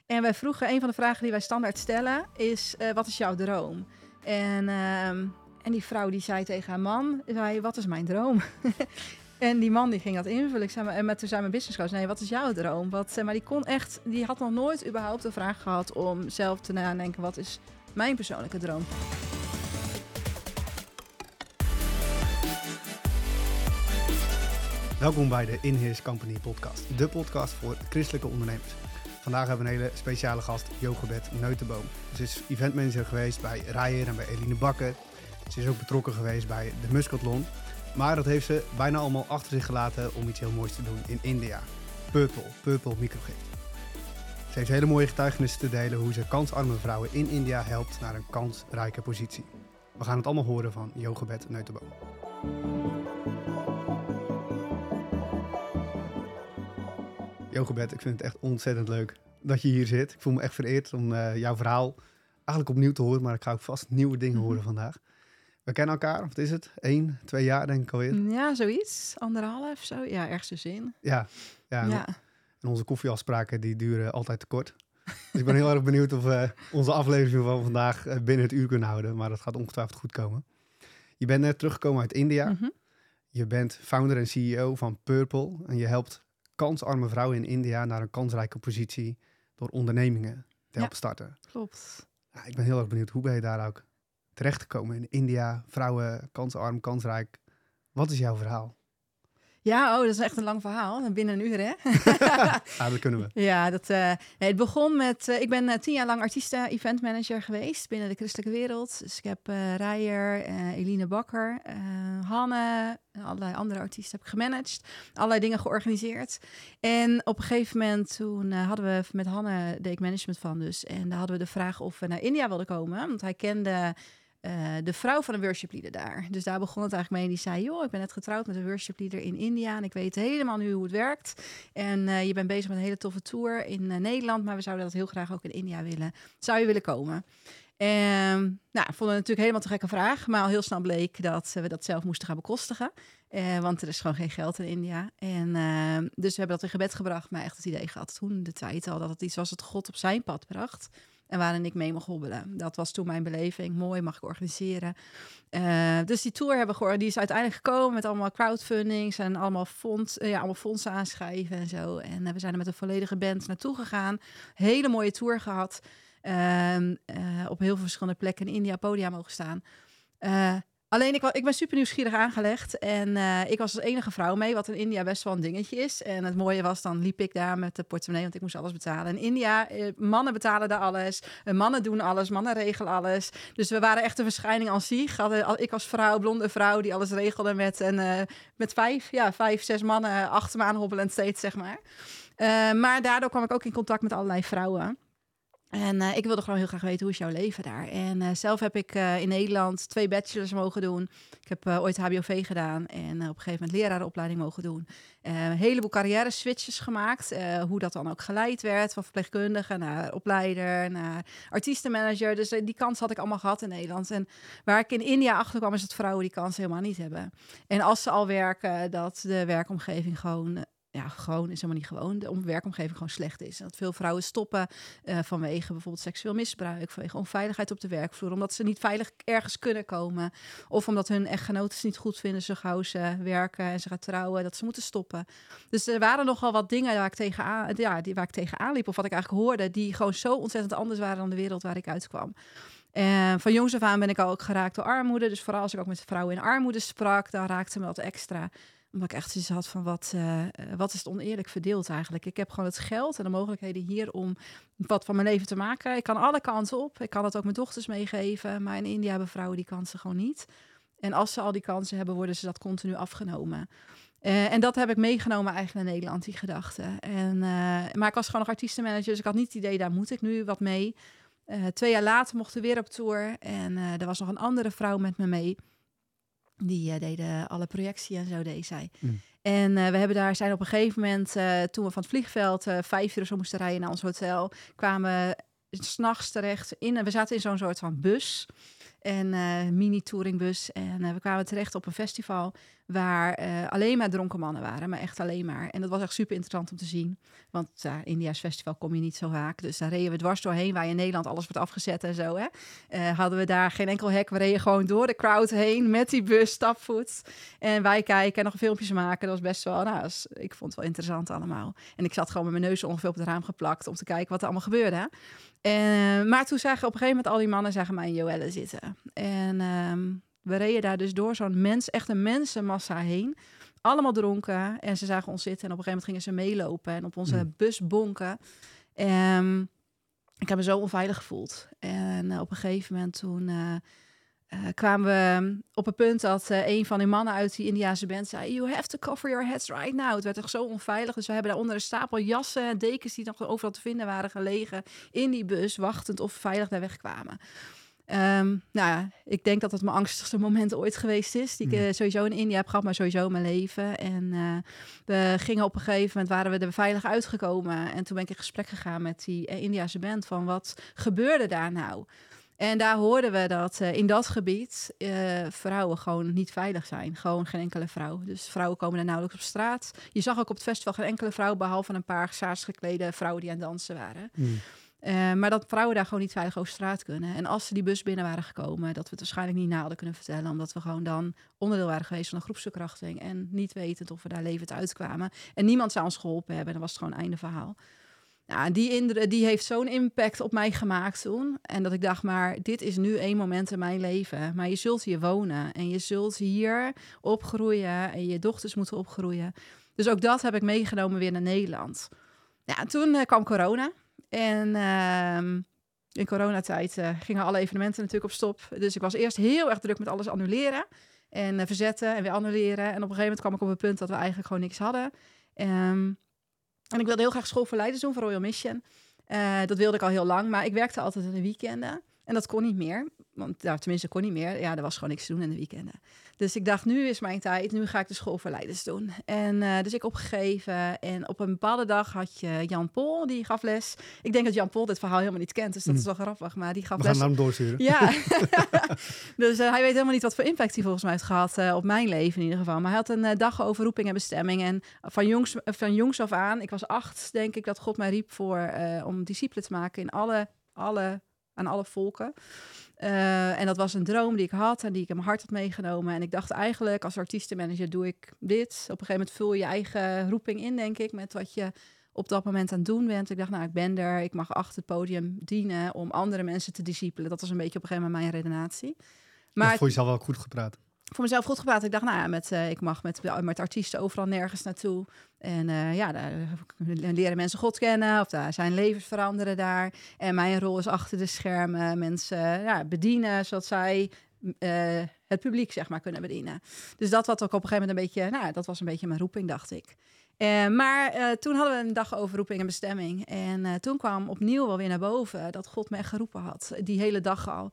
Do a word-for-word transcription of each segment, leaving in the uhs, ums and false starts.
En wij vroegen, een van de vragen die wij standaard stellen is, uh, wat is jouw droom? En, uh, en die vrouw die zei tegen haar man, zei, wat is mijn droom? En die man die ging dat invullen. Ik zei, en met, toen zei mijn business coach, nee, wat is jouw droom? Wat, maar die kon echt, die had nog nooit überhaupt de vraag gehad om zelf te nadenken, wat is mijn persoonlijke droom? Welkom bij de In His Company podcast, de podcast voor christelijke ondernemers. Vandaag hebben we een hele speciale gast, Jochebed Neutenboom. Ze is eventmanager geweest bij Rijer en bij Eline Bakker. Ze is ook betrokken geweest bij de Muscatlon. Maar dat heeft ze bijna allemaal achter zich gelaten om iets heel moois te doen in India. Purple, Purple Microgift. Ze heeft hele mooie getuigenissen te delen hoe ze kansarme vrouwen in India helpt naar een kansrijke positie. We gaan het allemaal horen van Jochebed Neutenboom. Jochebed, ik vind het echt ontzettend leuk dat je hier zit. Ik voel me echt vereerd om uh, jouw verhaal eigenlijk opnieuw te horen, maar ik ga ook vast nieuwe dingen horen vandaag. We kennen elkaar, wat is het? Eén, twee jaar denk ik alweer. Ja, zoiets. Anderhalf, zo. Ja, ergens tussenin. Ja, ja, en, ja. en onze koffieafspraken die duren altijd te kort. Dus ik ben heel erg benieuwd of we onze aflevering van vandaag binnen het uur kunnen houden. Maar dat gaat ongetwijfeld goed komen. Je bent net teruggekomen uit India. Mm-hmm. Je bent founder en C E O van Purple. En je helpt kansarme vrouwen in India naar een kansrijke positie door ondernemingen te helpen ja, starten. Klopt. Ja, ik ben heel erg benieuwd, hoe ben je daar ook terecht gekomen in India, vrouwen, kansarm, kansrijk. Wat is jouw verhaal? Ja, oh, dat is echt een lang verhaal. Binnen een uur, hè? Ja, dat kunnen we. Ja, dat, uh, nee, het begon met... Uh, ik ben uh, tien jaar lang artiesten-eventmanager geweest binnen de christelijke wereld. Dus ik heb uh, Rijer, uh, Eline Bakker, uh, Hanne en allerlei andere artiesten heb ik gemanaged. Allerlei dingen georganiseerd. En op een gegeven moment, toen uh, hadden we met Hanne, deed ik management van dus. En daar hadden we de vraag of we naar India wilden komen. Want hij kende... Uh, de vrouw van een worship leader daar. Dus daar begon het eigenlijk mee. Die zei, joh, ik ben net getrouwd met een worship leader in India. En ik weet helemaal nu hoe het werkt. En uh, je bent bezig met een hele toffe tour in uh, Nederland. Maar we zouden dat heel graag ook in India willen. Zou je willen komen? En nou, vonden we natuurlijk helemaal te gekke vraag. Maar al heel snel bleek dat uh, we dat zelf moesten gaan bekostigen. Uh, want er is gewoon geen geld in India. En uh, dus we hebben dat in gebed gebracht. Maar echt het idee gehad toen de tijd al dat het iets was dat God op zijn pad bracht. En waarin ik mee mocht hobbelen. Dat was toen mijn beleving. Mooi, mag ik organiseren. Uh, dus die tour hebben we, die is uiteindelijk gekomen met allemaal crowdfundings en allemaal, fonds, uh, ja, allemaal fondsen aanschrijven en zo. En uh, we zijn er met een volledige band naartoe gegaan. Hele mooie tour gehad. Uh, uh, op heel veel verschillende plekken in India podia mogen staan. Uh, Alleen, ik, ik ben super nieuwsgierig aangelegd. En uh, ik was als enige vrouw mee, wat in India best wel een dingetje is. En het mooie was, dan liep ik daar met de portemonnee, want ik moest alles betalen. In India, eh, mannen betalen daar alles. Uh, mannen doen alles, mannen regelen alles. Dus we waren echt een verschijning aan zich. Hadden, ik als vrouw, blonde vrouw, die alles regelde met, en, uh, met vijf, ja, vijf, zes mannen achter me aan hobbelend steeds, zeg maar. Uh, maar daardoor kwam ik ook in contact met allerlei vrouwen. En uh, ik wilde gewoon heel graag weten, hoe is jouw leven daar? En uh, zelf heb ik uh, in Nederland twee bachelors mogen doen. Ik heb uh, ooit H B O V gedaan en uh, op een gegeven moment lerarenopleiding mogen doen. Uh, een heleboel carrière switches gemaakt. Uh, hoe dat dan ook geleid werd. Van verpleegkundige naar opleider, naar artiestenmanager. Dus uh, die kans had ik allemaal gehad in Nederland. En waar ik in India achter kwam, is dat vrouwen die kans helemaal niet hebben. En als ze al werken, dat de werkomgeving gewoon... Uh, Ja, gewoon is helemaal niet gewoon. De werkomgeving gewoon slecht is. Dat veel vrouwen stoppen uh, vanwege bijvoorbeeld seksueel misbruik, vanwege onveiligheid op de werkvloer, omdat ze niet veilig ergens kunnen komen. Of omdat hun echtgenoten ze niet goed vinden, zo gauw ze werken en ze gaan trouwen, dat ze moeten stoppen. Dus er waren nogal wat dingen waar ik tegenaan, ja, die, waar ik tegenaan liep, of wat ik eigenlijk hoorde, die gewoon zo ontzettend anders waren dan de wereld waar ik uitkwam. En van jongs af aan ben ik al ook geraakt door armoede. Dus vooral als ik ook met vrouwen in armoede sprak, dan raakte me dat extra. Omdat ik echt zoiets had van, wat, uh, wat is het oneerlijk verdeeld eigenlijk? Ik heb gewoon het geld en de mogelijkheden hier om wat van mijn leven te maken. Ik kan alle kanten op. Ik kan het ook mijn dochters meegeven. Maar in India hebben vrouwen die kansen gewoon niet. En als ze al die kansen hebben, worden ze dat continu afgenomen. Uh, en dat heb ik meegenomen eigenlijk naar Nederland, die gedachte. En, uh, maar ik was gewoon nog artiestenmanager, dus ik had niet het idee, daar moet ik nu wat mee. Uh, twee jaar later mochten we weer op tour. En uh, er was nog een andere vrouw met me mee. Die uh, deden alle projectie en zo, deed zij. Mm. En uh, we hebben daar zijn op een gegeven moment, uh, toen we van het vliegveld uh, vijf uur zo moesten rijden naar ons hotel, kwamen s'nachts terecht in. We zaten in zo'n soort van bus. En uh, mini-touringbus. En uh, we kwamen terecht op een festival waar uh, alleen maar dronken mannen waren, maar echt alleen maar. En dat was echt super interessant om te zien. Want uh, India's festival kom je niet zo vaak. Dus daar reden we dwars doorheen, waar in Nederland alles wordt afgezet en zo. Hè? Uh, hadden we daar geen enkel hek. We reden gewoon door de crowd heen met die bus, stapvoet. En wij kijken en nog filmpjes maken. Dat was best wel, nou, was, ik vond het wel interessant allemaal. En ik zat gewoon met mijn neus ongeveer op het raam geplakt om te kijken wat er allemaal gebeurde. Hè? En, maar toen zagen op een gegeven moment al die mannen zagen mij in Joelle zitten. En um, we reden daar dus door zo'n mens, echt een mensenmassa heen. Allemaal dronken. En ze zagen ons zitten. En op een gegeven moment gingen ze meelopen en op onze mm. bus bonken. En ik heb me zo onveilig gevoeld. En uh, op een gegeven moment toen uh, uh, kwamen we op een punt dat uh, een van die mannen uit die Indiase band zei: "You have to cover your heads right now." Het werd echt zo onveilig. Dus we hebben daar onder een stapel jassen en dekens die nog overal te vinden waren gelegen in die bus, wachtend of we veilig daar wegkwamen. Um, nou ja, ik denk dat het mijn angstigste moment ooit geweest is. Die ik uh, sowieso in India heb gehad, maar sowieso in mijn leven. En uh, we gingen op een gegeven moment, waren we er veilig uitgekomen. En toen ben ik in gesprek gegaan met die uh, Indiase band van wat gebeurde daar nou? En daar hoorden we dat uh, in dat gebied uh, vrouwen gewoon niet veilig zijn. Gewoon geen enkele vrouw. Dus vrouwen komen daar nauwelijks op straat. Je zag ook op het festival geen enkele vrouw, behalve een paar saars geklede vrouwen die aan het dansen waren. Mm. Uh, maar dat vrouwen daar gewoon niet veilig over straat kunnen. En als ze die bus binnen waren gekomen, dat we het waarschijnlijk niet na hadden kunnen vertellen. Omdat we gewoon dan onderdeel waren geweest van een groepsverkrachting. En niet wetend of we daar levend uitkwamen. En niemand zou ons geholpen hebben. En dan was het gewoon einde verhaal. Nou, die, indru- die heeft zo'n impact op mij gemaakt toen. En dat ik dacht, maar dit is nu één moment in mijn leven. Maar je zult hier wonen. En je zult hier opgroeien. En je dochters moeten opgroeien. Dus ook dat heb ik meegenomen weer naar Nederland. Ja, en toen uh, kwam corona. En uh, in coronatijd uh, gingen alle evenementen natuurlijk op stop. Dus ik was eerst heel erg druk met alles annuleren. En uh, verzetten en weer annuleren. En op een gegeven moment kwam ik op het punt dat we eigenlijk gewoon niks hadden. Um, en ik wilde heel graag schoolverleiders doen voor Royal Mission. Uh, dat wilde ik al heel lang. Maar ik werkte altijd in de weekenden. En dat kon niet meer. Want nou, tenminste, kon niet meer. Ja, er was gewoon niks te doen in de weekenden. Dus ik dacht, nu is mijn tijd. Nu ga ik de schoolverleiders doen. En uh, dus ik opgegeven. En op een bepaalde dag had je Jan Pol, die gaf les. Ik denk dat Jan Pol dit verhaal helemaal niet kent. Dus dat mm. is wel grappig. Maar die gaf We les. gaan naar hem doorsturen. Ja. Dus uh, hij weet helemaal niet wat voor impact hij volgens mij heeft gehad. Uh, op mijn leven in ieder geval. Maar hij had een uh, dag over roeping en bestemming. En van jongs, uh, van jongs af aan, ik was acht, denk ik, dat God mij riep voor uh, om discipelen te maken in alle, alle, aan alle volken. Uh, en dat was een droom die ik had en die ik in mijn hart had meegenomen. En ik dacht eigenlijk, als artiestenmanager doe ik dit. Op een gegeven moment vul je je eigen roeping in, denk ik, met wat je op dat moment aan het doen bent. Ik dacht, nou, ik ben er. Ik mag achter het podium dienen om andere mensen te discipelen. Dat was een beetje op een gegeven moment mijn redenatie. Maar dat vond je zelf wel goed gepraat? Voor mezelf goed gepraat. Ik dacht, nou ja, met, uh, ik mag met, met artiesten overal nergens naartoe. En uh, ja, daar leren mensen God kennen. Of daar zijn levens veranderen daar. En mijn rol is achter de schermen mensen ja, bedienen, zodat zij uh, het publiek, zeg maar, kunnen bedienen. Dus dat was ook op een gegeven moment een beetje, nou, dat was een beetje mijn roeping, dacht ik. Uh, maar uh, toen hadden we een dag over roeping en bestemming. En uh, toen kwam opnieuw wel weer naar boven dat God me echt geroepen had. Die hele dag al.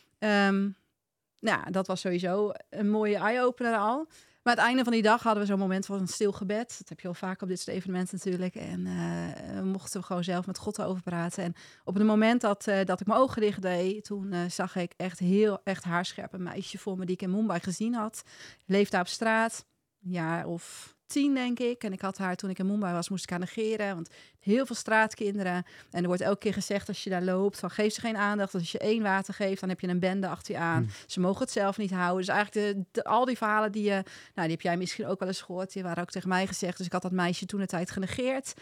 Um, Nou, dat was sowieso een mooie eye-opener al. Maar aan het einde van die dag hadden we zo'n moment van een stil gebed. Dat heb je al vaak op dit soort evenementen natuurlijk. En uh, mochten we gewoon zelf met God over praten. En op het moment dat, uh, dat ik mijn ogen dicht deed, toen uh, zag ik echt heel, echt haarscherp een meisje voor me die ik in Mumbai gezien had. Leefde op straat, een jaar of tien, denk ik. En ik had haar, toen ik in Mumbai was, moest ik haar negeren. Want heel veel straatkinderen. En er wordt elke keer gezegd als je daar loopt, van geef ze geen aandacht. Als je één water geeft, dan heb je een bende achter je aan. Hmm. Ze mogen het zelf niet houden. Dus eigenlijk de, de, al die verhalen die je, nou, die heb jij misschien ook wel eens gehoord. Die waren ook tegen mij gezegd. Dus ik had dat meisje toen een tijd genegeerd.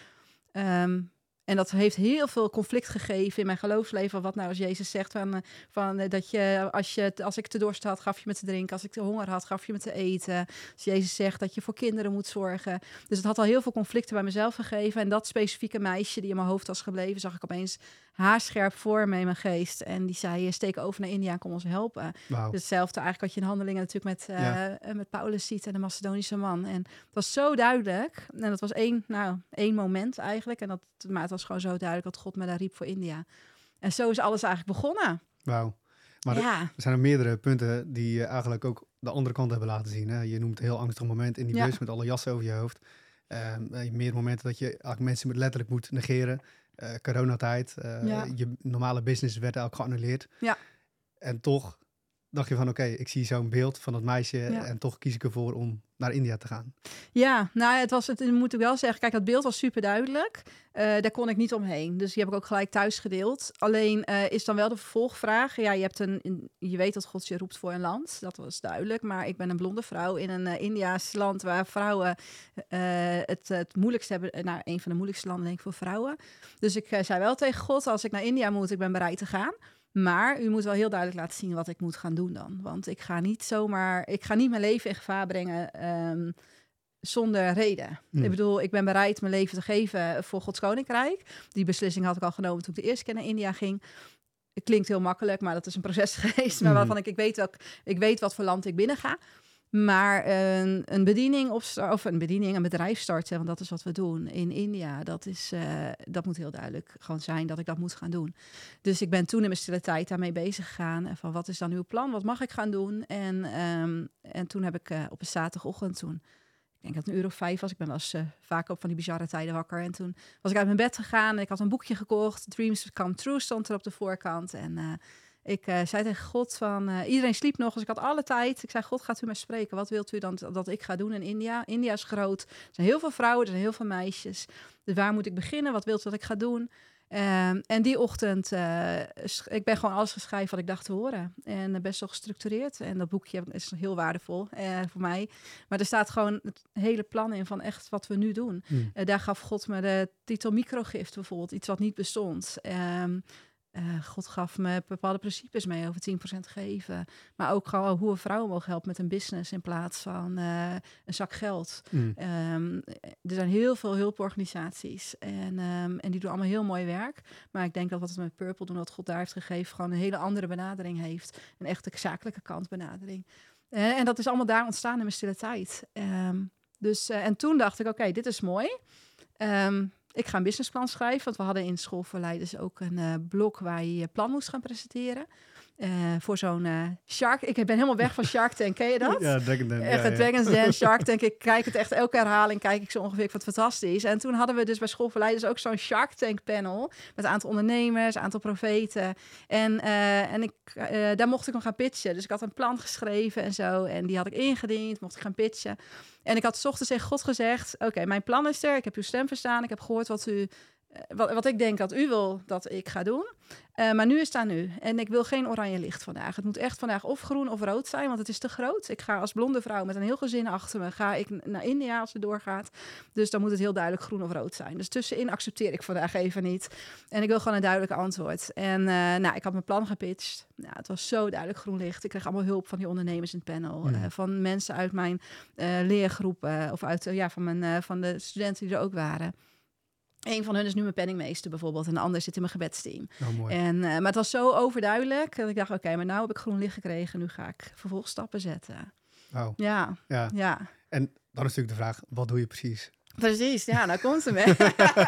Um, En dat heeft heel veel conflict gegeven in mijn geloofsleven. Wat nou als Jezus zegt van, van dat je als, je als ik te dorst had, gaf je me te drinken. Als ik te honger had, gaf je me te eten. Als Jezus zegt dat je voor kinderen moet zorgen. Dus het had al heel veel conflicten bij mezelf gegeven. En dat specifieke meisje die in mijn hoofd was gebleven, zag ik opeens haarscherp voor me in mijn geest. En die zei, steek over naar India en kom ons helpen. Wow. Dus hetzelfde eigenlijk wat je in Handelingen natuurlijk met, uh, ja. met Paulus ziet en de Macedonische man. En het was zo duidelijk. En dat was één, nou, één moment eigenlijk. En dat, maar het was gewoon zo duidelijk dat God me daar riep voor India. En zo is alles eigenlijk begonnen. Wauw. Maar ja. er zijn er meerdere punten die eigenlijk ook de andere kant hebben laten zien. Hè? Je noemt een heel angstig moment in die ja. bus met alle jassen over je hoofd. Uh, meer momenten dat je eigenlijk mensen letterlijk moet negeren. Uh, coronatijd, uh, ja. je normale business werd eigenlijk geannuleerd. Ja. En toch dacht je van oké, okay, ik zie zo'n beeld van dat meisje Ja. en toch kies ik ervoor om naar India te gaan. Ja, nou het was het moet ik wel zeggen. Kijk, dat beeld was super duidelijk. Uh, daar kon ik niet omheen. Dus die heb ik ook gelijk thuis gedeeld. Alleen uh, is dan wel de vervolgvraag. Ja, je hebt een, je weet dat God je roept voor een land. Dat was duidelijk. Maar ik ben een blonde vrouw in een uh, Indiaas land waar vrouwen uh, het, het moeilijkst hebben. Nou, een van de moeilijkste landen denk ik voor vrouwen. Dus ik uh, zei wel tegen God, als ik naar India moet, ik ben bereid te gaan. Maar u moet wel heel duidelijk laten zien wat ik moet gaan doen dan. Want ik ga niet zomaar, ik ga niet mijn leven in gevaar brengen um, zonder reden. Hmm. Ik bedoel, ik ben bereid mijn leven te geven voor Gods Koninkrijk. Die beslissing had ik al genomen toen ik de eerste keer naar India ging. Het klinkt heel makkelijk, maar dat is een proces geweest. Maar waarvan ik, ik weet ook, ik weet wat voor land ik binnen ga. Maar een, een bediening of, of een bediening, een bedrijf starten, want dat is wat we doen in India. Dat, is, uh, dat moet heel duidelijk gewoon zijn dat ik dat moet gaan doen. Dus ik ben toen in mijn stille tijd daarmee bezig gegaan. En van wat is dan uw plan? Wat mag ik gaan doen? En, um, en toen heb ik uh, op een zaterdagochtend toen, ik denk dat het een uur of vijf was. Ik ben wel eens uh, vaak op van die bizarre tijden wakker. En toen was ik uit mijn bed gegaan en ik had een boekje gekocht. Dreams Come True stond er op de voorkant. En uh, ik uh, zei tegen God van, uh, iedereen sliep nog, dus ik had alle tijd. Ik zei, God, gaat u mij spreken? Wat wilt u dan dat, dat ik ga doen in India? India is groot. Er zijn heel veel vrouwen, er zijn heel veel meisjes. Dus waar moet ik beginnen? Wat wilt u dat ik ga doen? Um, en die ochtend, uh, ik ben gewoon alles geschreven wat ik dacht te horen. En uh, best wel gestructureerd. En dat boekje is heel waardevol uh, voor mij. Maar er staat gewoon het hele plan in van echt wat we nu doen. Mm. Uh, daar gaf God me de titel microgift bijvoorbeeld. Iets wat niet bestond. Um, Uh, God gaf me bepaalde principes mee over tien procent geven. Maar ook gewoon hoe we vrouwen mogen helpen met een business in plaats van uh, een zak geld. Mm. Um, er zijn heel veel hulporganisaties en, um, en die doen allemaal heel mooi werk. Maar ik denk dat wat we met Purple doen, wat God daar heeft gegeven, gewoon een hele andere benadering heeft. Een echte zakelijke kant benadering. Uh, en dat is allemaal daar ontstaan in mijn stille tijd. Um, dus, uh, en toen dacht ik, oké, okay, dit is mooi. Um, Ik ga een businessplan schrijven, want we hadden in School voor Leiders ook een uh, blok waar je je plan moest gaan presenteren. Uh, voor zo'n uh, Shark... Ik ben helemaal weg van Shark Tank, ken je dat? Ja, Dragon's Den. Echt, ja, ja. Dragon's Den, Shark Tank. Ik kijk het echt elke herhaling, kijk ik zo ongeveer, ik vind het fantastisch. En toen hadden we dus bij School voor Leiders ook zo'n Shark Tank panel met een aantal ondernemers, een aantal profeten. En, uh, en ik, uh, daar mocht ik nog gaan pitchen. Dus ik had een plan geschreven en zo. En die had ik ingediend, mocht ik gaan pitchen. En ik had 's ochtends tegen God gezegd, oké, okay, mijn plan is er. Ik heb uw stem verstaan. Ik heb gehoord wat u... Wat, wat ik denk dat u wil dat ik ga doen. Uh, maar nu is het aan u. En ik wil geen oranje licht vandaag. Het moet echt vandaag of groen of rood zijn, want het is te groot. Ik ga als blonde vrouw met een heel gezin achter me, ga ik naar India als het doorgaat. Dus dan moet het heel duidelijk groen of rood zijn. Dus tussenin accepteer ik vandaag even niet. En ik wil gewoon een duidelijk antwoord. En uh, nou, ik had mijn plan gepitcht. Nou, het was zo duidelijk groen licht. Ik kreeg allemaal hulp van die ondernemers in het panel. Mm. Uh, van mensen uit mijn uh, leergroep. Uh, of uit, uh, ja, van, mijn, uh, van de studenten die er ook waren. Een van hun is nu mijn penningmeester bijvoorbeeld. En de ander zit in mijn gebedsteam. Oh, mooi. En, uh, maar het was zo overduidelijk dat ik dacht, oké, okay, maar nou heb ik groen licht gekregen. Nu ga ik vervolgstappen zetten. Oh. Ja, ja. ja. En dan is natuurlijk de vraag, wat doe je precies? Precies, ja, nou komt ze mee.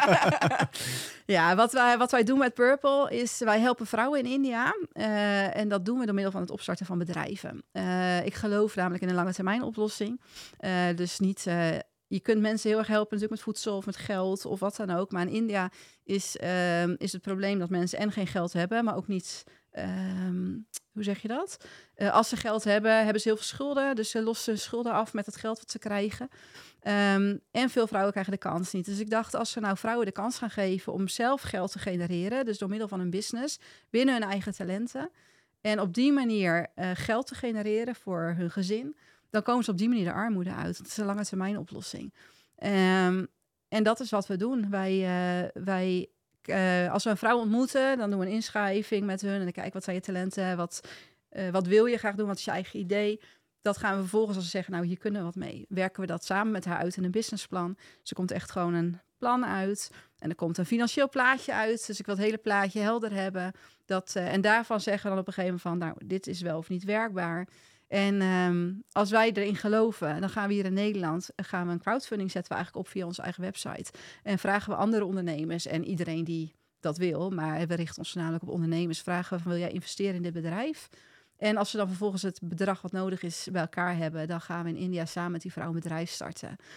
Ja, wat wij, wat wij doen met Purple is, wij helpen vrouwen in India. Uh, en dat doen we door middel van het opstarten van bedrijven. Uh, ik geloof namelijk in een lange termijn oplossing. Uh, dus niet... Uh, Je kunt mensen heel erg helpen natuurlijk met voedsel of met geld of wat dan ook. Maar in India is, uh, is het probleem dat mensen en geen geld hebben, maar ook niet... Um, hoe zeg je dat? Uh, als ze geld hebben, hebben ze heel veel schulden. Dus ze lossen hun schulden af met het geld wat ze krijgen. Um, en veel vrouwen krijgen de kans niet. Dus ik dacht, als we nou vrouwen de kans gaan geven om zelf geld te genereren, dus door middel van een business, binnen hun eigen talenten, en op die manier uh, geld te genereren voor hun gezin, dan komen ze op die manier de armoede uit. Dat is een lange termijn oplossing. Um, en dat is wat we doen. Wij, uh, wij uh, als we een vrouw ontmoeten, dan doen we een inschrijving met hun en dan kijken wat zijn je talenten, wat, uh, wat wil je graag doen, wat is je eigen idee. Dat gaan we vervolgens, als ze zeggen, nou hier kunnen we wat mee, werken we dat samen met haar uit in een businessplan. Dus er komt echt gewoon een plan uit en er komt een financieel plaatje uit. Dus ik wil het hele plaatje helder hebben. Dat, uh, en daarvan zeggen we dan op een gegeven moment van, nou dit is wel of niet werkbaar. En um, als wij erin geloven, dan gaan we hier in Nederland, gaan we een crowdfunding zetten we eigenlijk op via onze eigen website. En vragen we andere ondernemers en iedereen die dat wil, maar we richten ons namelijk op ondernemers, vragen we van, wil jij investeren in dit bedrijf? En als we dan vervolgens het bedrag wat nodig is bij elkaar hebben, dan gaan we in India samen met die vrouw een bedrijf starten.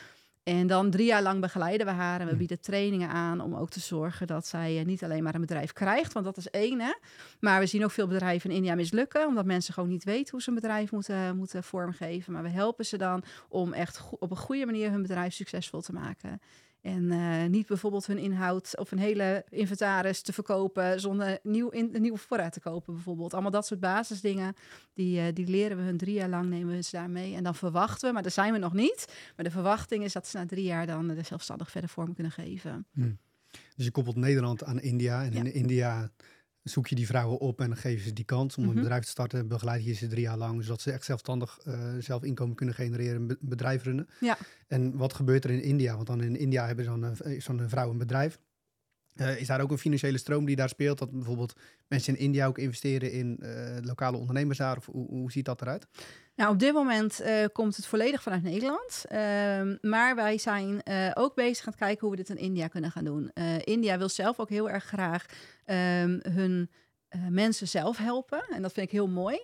En dan drie jaar lang begeleiden we haar en we Mm. bieden trainingen aan om ook te zorgen dat zij uh, niet alleen maar een bedrijf krijgt, want dat is één, hè. Maar we zien ook veel bedrijven in India mislukken, omdat mensen gewoon niet weten hoe ze een bedrijf moeten, moeten vormgeven. Maar we helpen ze dan om echt go- op een goede manier hun bedrijf succesvol te maken. En uh, niet bijvoorbeeld hun inhoud of een hele inventaris te verkopen zonder nieuw in, een nieuwe voorraad te kopen bijvoorbeeld. Allemaal dat soort basisdingen, die, uh, die leren we hun drie jaar lang, nemen we ze daar mee. En dan verwachten we, maar daar zijn we nog niet. Maar de verwachting is dat ze na drie jaar dan uh, zelfstandig verder vorm kunnen geven. Hmm. Dus je koppelt Nederland aan India. En Ja. in India zoek je die vrouwen op en dan geven ze die kans om Mm-hmm. een bedrijf te starten. Begeleid je ze drie jaar lang, zodat ze echt zelfstandig uh, zelf inkomen kunnen genereren, een be- bedrijf runnen. Ja. En wat gebeurt er in India? Want dan in India hebben zo'n, zo'n vrouw een bedrijf. Uh, is daar ook een financiële stroom die daar speelt? Dat bijvoorbeeld mensen in India ook investeren in uh, lokale ondernemers daar? Of hoe, hoe ziet dat eruit? Nou, op dit moment uh, komt het volledig vanuit Nederland. Uh, maar wij zijn uh, ook bezig aan het kijken hoe we dit in India kunnen gaan doen. Uh, India wil zelf ook heel erg graag uh, hun uh, mensen zelf helpen. En dat vind ik heel mooi.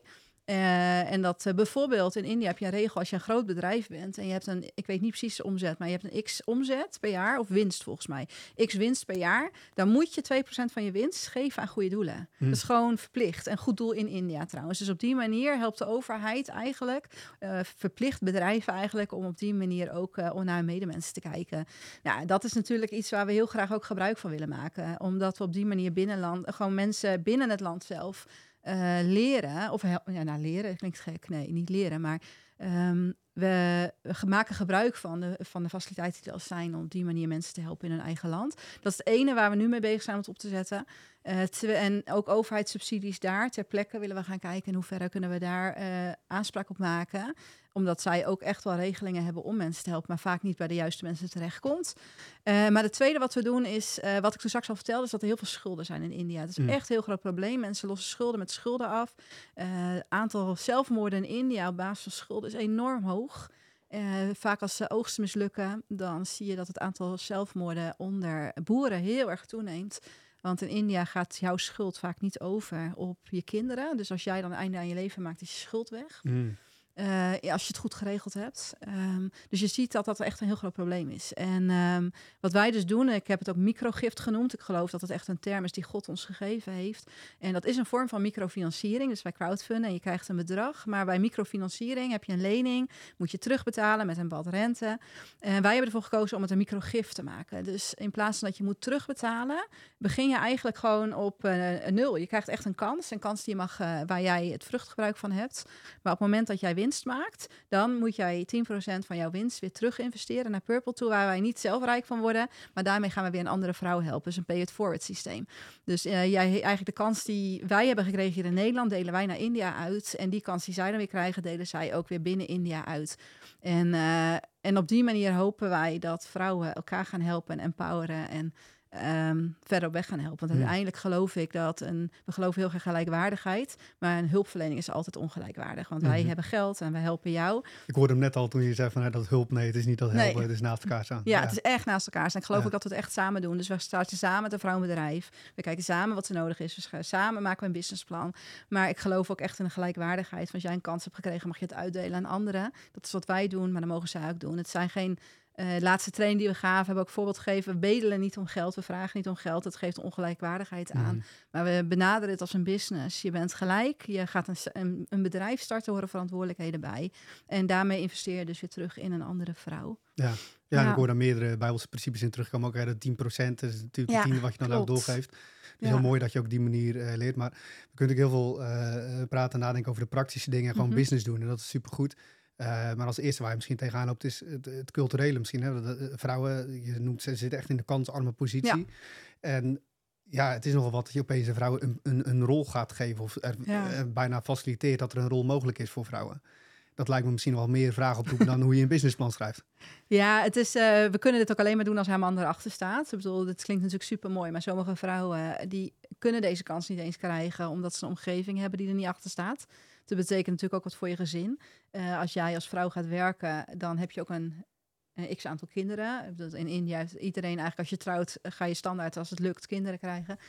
Uh, en dat uh, bijvoorbeeld in India heb je een regel als je een groot bedrijf bent en je hebt een, ik weet niet precies de omzet, maar je hebt een x omzet per jaar of winst volgens mij, x winst per jaar, dan moet je twee procent van je winst geven aan goede doelen. Hmm. Dat is gewoon verplicht. En goed doel in India trouwens. Dus op die manier helpt de overheid eigenlijk, uh, verplicht bedrijven eigenlijk om op die manier ook uh, om naar hun medemensen te kijken. Nou, dat is natuurlijk iets waar we heel graag ook gebruik van willen maken, omdat we op die manier binnenland, gewoon mensen binnen het land zelf Uh, leren, of ja, nou leren, klinkt gek, nee, niet leren, maar um, we, we maken gebruik van de, van de faciliteiten die er al zijn om op die manier mensen te helpen in hun eigen land. Dat is het ene waar we nu mee bezig zijn om het op te zetten. Uh, te, en ook overheidssubsidies daar ter plekke willen we gaan kijken in hoeverre kunnen we daar uh, aanspraak op maken. Omdat zij ook echt wel regelingen hebben om mensen te helpen, maar vaak niet bij de juiste mensen terechtkomt. Uh, maar het tweede wat we doen is, uh, wat ik toen straks al vertelde, is dat er heel veel schulden zijn in India. Het is mm. echt een heel groot probleem. Mensen lossen schulden met schulden af. Het uh, aantal zelfmoorden in India op basis van schulden is enorm hoog. Uh, vaak als de oogsten mislukken, dan zie je dat het aantal zelfmoorden onder boeren heel erg toeneemt. Want in India gaat jouw schuld vaak niet over op je kinderen. Dus als jij dan een einde aan je leven maakt, is je schuld weg. Mm. Uh, ja, als je het goed geregeld hebt. Um, dus je ziet dat dat echt een heel groot probleem is. En um, wat wij dus doen, ik heb het ook microgift genoemd. Ik geloof dat het echt een term is die God ons gegeven heeft. En dat is een vorm van microfinanciering. Dus wij crowdfunden en je krijgt een bedrag. Maar bij microfinanciering heb je een lening, moet je terugbetalen met een bad rente. En wij hebben ervoor gekozen om het een microgift te maken. Dus in plaats van dat je moet terugbetalen, begin je eigenlijk gewoon op uh, een nul. Je krijgt echt een kans. Een kans die je mag, uh, waar jij het vruchtgebruik van hebt. Maar op het moment dat jij winst maakt, dan moet jij tien procent van jouw winst weer terug investeren naar Purple toe, waar wij niet zelf rijk van worden, maar daarmee gaan we weer een andere vrouw helpen. Dus een pay-it-forward systeem. Dus uh, jij, eigenlijk de kans die wij hebben gekregen hier in Nederland, delen wij naar India uit. En die kans die zij dan weer krijgen, delen zij ook weer binnen India uit. En, uh, en op die manier hopen wij dat vrouwen elkaar gaan helpen en empoweren en Um, verder op weg gaan helpen. Want uiteindelijk geloof ik dat een... We geloven heel graag gelijkwaardigheid, maar een hulpverlening is altijd ongelijkwaardig. Want wij mm-hmm. hebben geld en wij helpen jou. Ik hoorde hem net al toen je zei van, dat hulp, nee, het is niet dat helpen, nee. Het is naast elkaar staan. Ja, ja, het is echt naast elkaar staan. Ik geloof ja. ook dat we het echt samen doen. Dus we starten samen met een vrouwenbedrijf. We kijken samen wat er nodig is. Dus samen maken we een businessplan. Maar ik geloof ook echt in de gelijkwaardigheid. Want als jij een kans hebt gekregen, mag je het uitdelen aan anderen. Dat is wat wij doen, maar dan mogen zij ook doen. Het zijn geen... Uh, de laatste training die we gaven, hebben we ook voorbeeld gegeven. We bedelen niet om geld, we vragen niet om geld. Dat geeft ongelijkwaardigheid aan. Mm. Maar we benaderen het als een business. Je bent gelijk, je gaat een, een, een bedrijf starten, horen verantwoordelijkheden bij. En daarmee investeer je dus weer terug in een andere vrouw. Ja, ja, ja. En ik hoor daar meerdere Bijbelse principes in terugkomen. Ook hè, dat tien procent is natuurlijk ja, de tiende wat je dan ook doorgeeft. Het is ja. heel mooi dat je ook die manier uh, leert. Maar we kunnen ook heel veel uh, praten en nadenken over de praktische dingen. En gewoon mm-hmm. business doen. En dat is supergoed. Uh, maar als eerste waar je misschien tegenaan loopt is het, het culturele misschien. Hè? Dat, uh, vrouwen, je noemt, ze zitten echt in de kansarme positie. Ja. En ja, het is nogal wat dat je opeens een vrouw een, een, een rol gaat geven. Of er, ja. uh, bijna faciliteert dat er een rol mogelijk is voor vrouwen. Dat lijkt me misschien wel meer vragen oproepen dan hoe je een businessplan schrijft. Ja, het is, uh, we kunnen dit ook alleen maar doen als haar man erachter staat. Ik bedoel, dit klinkt natuurlijk super mooi. Maar sommige vrouwen die kunnen deze kans niet eens krijgen, omdat ze een omgeving hebben die er niet achter staat. Dat betekent natuurlijk ook wat voor je gezin. Uh, als jij als vrouw gaat werken, dan heb je ook een, een x-aantal kinderen. In India heeft iedereen eigenlijk, als je trouwt, ga je standaard, als het lukt, kinderen krijgen.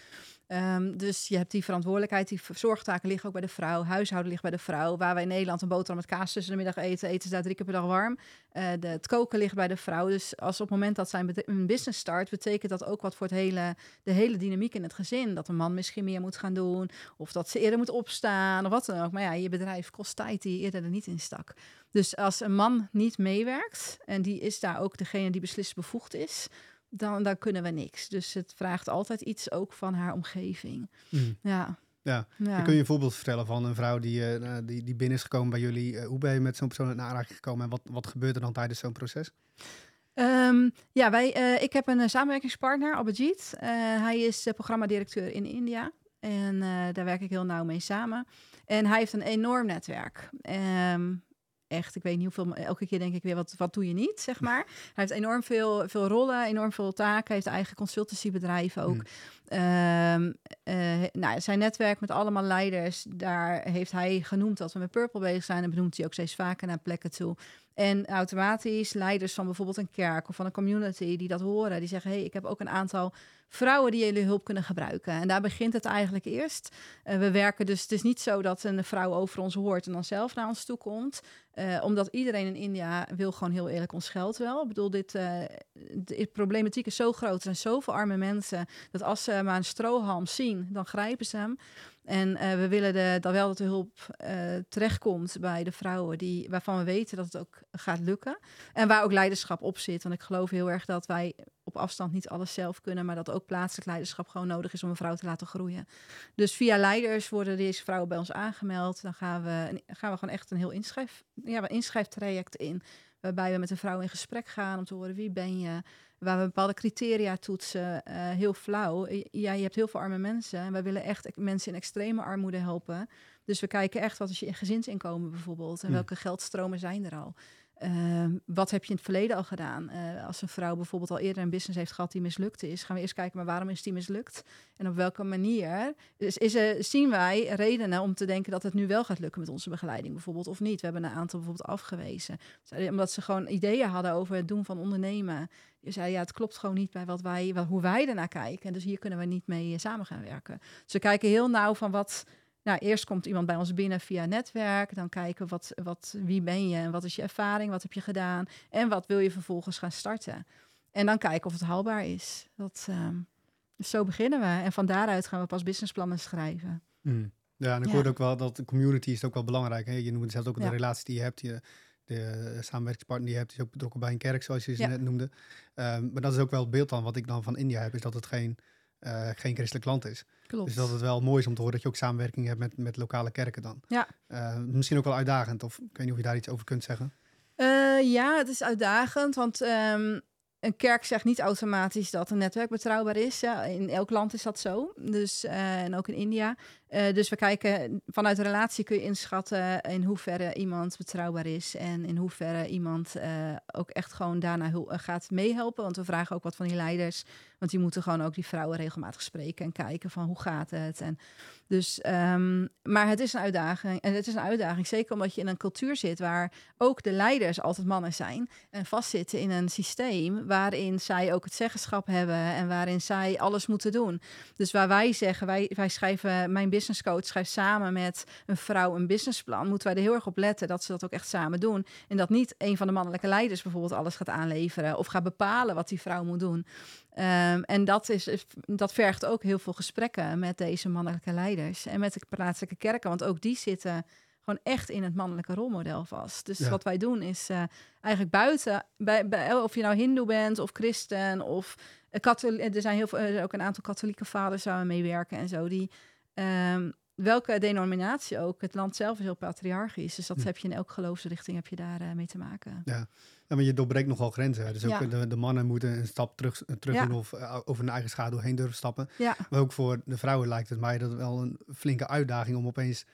Um, dus je hebt die verantwoordelijkheid, die zorgtaken liggen ook bij de vrouw. Huishouden ligt bij de vrouw. Waar wij in Nederland een boterham met kaas tussen de middag eten, eten ze daar drie keer per dag warm. Uh, de, het koken ligt bij de vrouw. Dus als op het moment dat zij een business start, betekent dat ook wat voor het hele, de hele dynamiek in het gezin. Dat een man misschien meer moet gaan doen, of dat ze eerder moet opstaan, of wat dan ook. Maar ja, je bedrijf kost tijd die je eerder er niet in stak. Dus als een man niet meewerkt, en die is daar ook degene die beslissbevoegd is, Dan, dan kunnen we niks. Dus het vraagt altijd iets ook van haar omgeving. Mm. Ja. Ja. ja. Kun je een voorbeeld vertellen van een vrouw die, uh, die, die binnen is gekomen bij jullie? Uh, hoe ben je met zo'n persoon in aanraking gekomen en wat, wat gebeurt er dan tijdens zo'n proces? Um, ja, wij, uh, ik heb een uh, samenwerkingspartner, Abhijit. Uh, hij is uh, programmadirecteur in India. En uh, daar werk ik heel nauw mee samen. En hij heeft een enorm netwerk. Um, Echt, ik weet niet hoeveel, elke keer denk ik weer, wat, wat doe je niet, zeg maar. Hij heeft enorm veel, veel rollen, enorm veel taken. Hij heeft eigen consultancybedrijven ook. Mm. Um, uh, nou, zijn netwerk met allemaal leiders, daar heeft hij genoemd dat we met Purple bezig zijn. En benoemt hij ook steeds vaker naar plekken toe. En automatisch leiders van bijvoorbeeld een kerk of van een community die dat horen. Die zeggen, hé, hey, ik heb ook een aantal vrouwen die jullie hulp kunnen gebruiken. En daar begint het eigenlijk eerst. Uh, we werken dus, het is niet zo dat een vrouw over ons hoort en dan zelf naar ons toe komt. Uh, omdat iedereen in India wil gewoon heel eerlijk ons geld wel. Ik bedoel, dit, uh, de problematiek is zo groot. Er zijn zoveel arme mensen dat als ze maar een strohalm zien, dan grijpen ze hem. En uh, we willen de, dan wel dat de hulp uh, terechtkomt bij de vrouwen die, waarvan we weten dat het ook gaat lukken. En waar ook leiderschap op zit. Want ik geloof heel erg dat wij op afstand niet alles zelf kunnen, maar dat ook plaatselijk leiderschap gewoon nodig is om een vrouw te laten groeien. Dus via leiders worden deze vrouwen bij ons aangemeld. Dan gaan we, gaan we gewoon echt een heel inschrijf, ja, een inschrijftraject in. Waarbij we met een vrouw in gesprek gaan om te horen wie ben je. Waar we bepaalde criteria toetsen, uh, heel flauw. Ja, je hebt heel veel arme mensen. En wij willen echt mensen in extreme armoede helpen. Dus we kijken echt, wat is je gezinsinkomen bijvoorbeeld? En hmm. welke geldstromen zijn er al? Uh, wat heb je in het verleden al gedaan? Uh, als een vrouw bijvoorbeeld al eerder een business heeft gehad die mislukt is, gaan we eerst kijken, maar waarom is die mislukt? En op welke manier? Dus is er, zien wij redenen om te denken dat het nu wel gaat lukken met onze begeleiding bijvoorbeeld, of niet? We hebben een aantal bijvoorbeeld afgewezen. Omdat ze gewoon ideeën hadden over het doen van ondernemen. Je zei, ja, het klopt gewoon niet bij wat wij, wat, hoe wij ernaar kijken. En dus hier kunnen we niet mee samen gaan werken. Dus we kijken heel nauw van wat. Nou, eerst komt iemand bij ons binnen via netwerk. Dan kijken we wat, wat, wie ben je en wat is je ervaring, wat heb je gedaan en wat wil je vervolgens gaan starten. En dan kijken of het haalbaar is. Dat, um, dus zo beginnen we. En van daaruit gaan we pas businessplannen schrijven. Mm. Ja, en ik ja. hoorde ook wel dat de community is ook wel belangrijk. Hè? Je noemde zelfs ook ja. de relatie die je hebt. Je, de samenwerkingspartner die je hebt, is ook betrokken bij een kerk, zoals je ze ja. net noemde. Um, maar dat is ook wel het beeld dan wat ik dan van India heb, is dat het geen, uh, geen christelijk land is. Klopt. Dus dat het wel mooi is om te horen dat je ook samenwerking hebt met, met lokale kerken dan. Ja. Uh, misschien ook wel uitdagend, of ik weet niet of je daar iets over kunt zeggen. Uh, ja, het is uitdagend, want um, een kerk zegt niet automatisch dat een netwerk betrouwbaar is. Ja, in elk land is dat zo, dus, uh, en ook in India. Uh, dus we kijken, vanuit de relatie kun je inschatten in hoeverre iemand betrouwbaar is en in hoeverre iemand uh, ook echt gewoon daarna hul- gaat meehelpen. Want we vragen ook wat van die leiders, want die moeten gewoon ook die vrouwen regelmatig spreken en kijken van hoe gaat het. En dus, um, maar het is een uitdaging. En het is een uitdaging, zeker omdat je in een cultuur zit waar ook de leiders altijd mannen zijn en vastzitten in een systeem waarin zij ook het zeggenschap hebben en waarin zij alles moeten doen. Dus waar wij zeggen, wij, wij schrijven, mijn businesscoach schrijft samen met een vrouw een businessplan, moeten wij er heel erg op letten dat ze dat ook echt samen doen. En dat niet een van de mannelijke leiders bijvoorbeeld alles gaat aanleveren of gaat bepalen wat die vrouw moet doen. Um, en dat, is, dat vergt ook heel veel gesprekken met deze mannelijke leiders en met de plaatselijke kerken, want ook die zitten gewoon echt in het mannelijke rolmodel vast. Dus ja. wat wij doen is uh, eigenlijk buiten, bij, bij, of je nou hindoe bent of christen of uh, katholiek, er zijn heel veel, er ook een aantal katholieke vaders waar we meewerken en zo, die um, welke denominatie ook, het land zelf is heel patriarchisch, dus dat hm. heb je in elke geloofsrichting heb je daar uh, mee te maken. Ja. Ja, maar je doorbreekt nogal grenzen. Dus ook ja. de, de mannen moeten een stap terug, terug ja. doen of uh, over hun eigen schaduw heen durven stappen. Ja. Maar ook voor de vrouwen lijkt het mij dat wel een flinke uitdaging om opeens.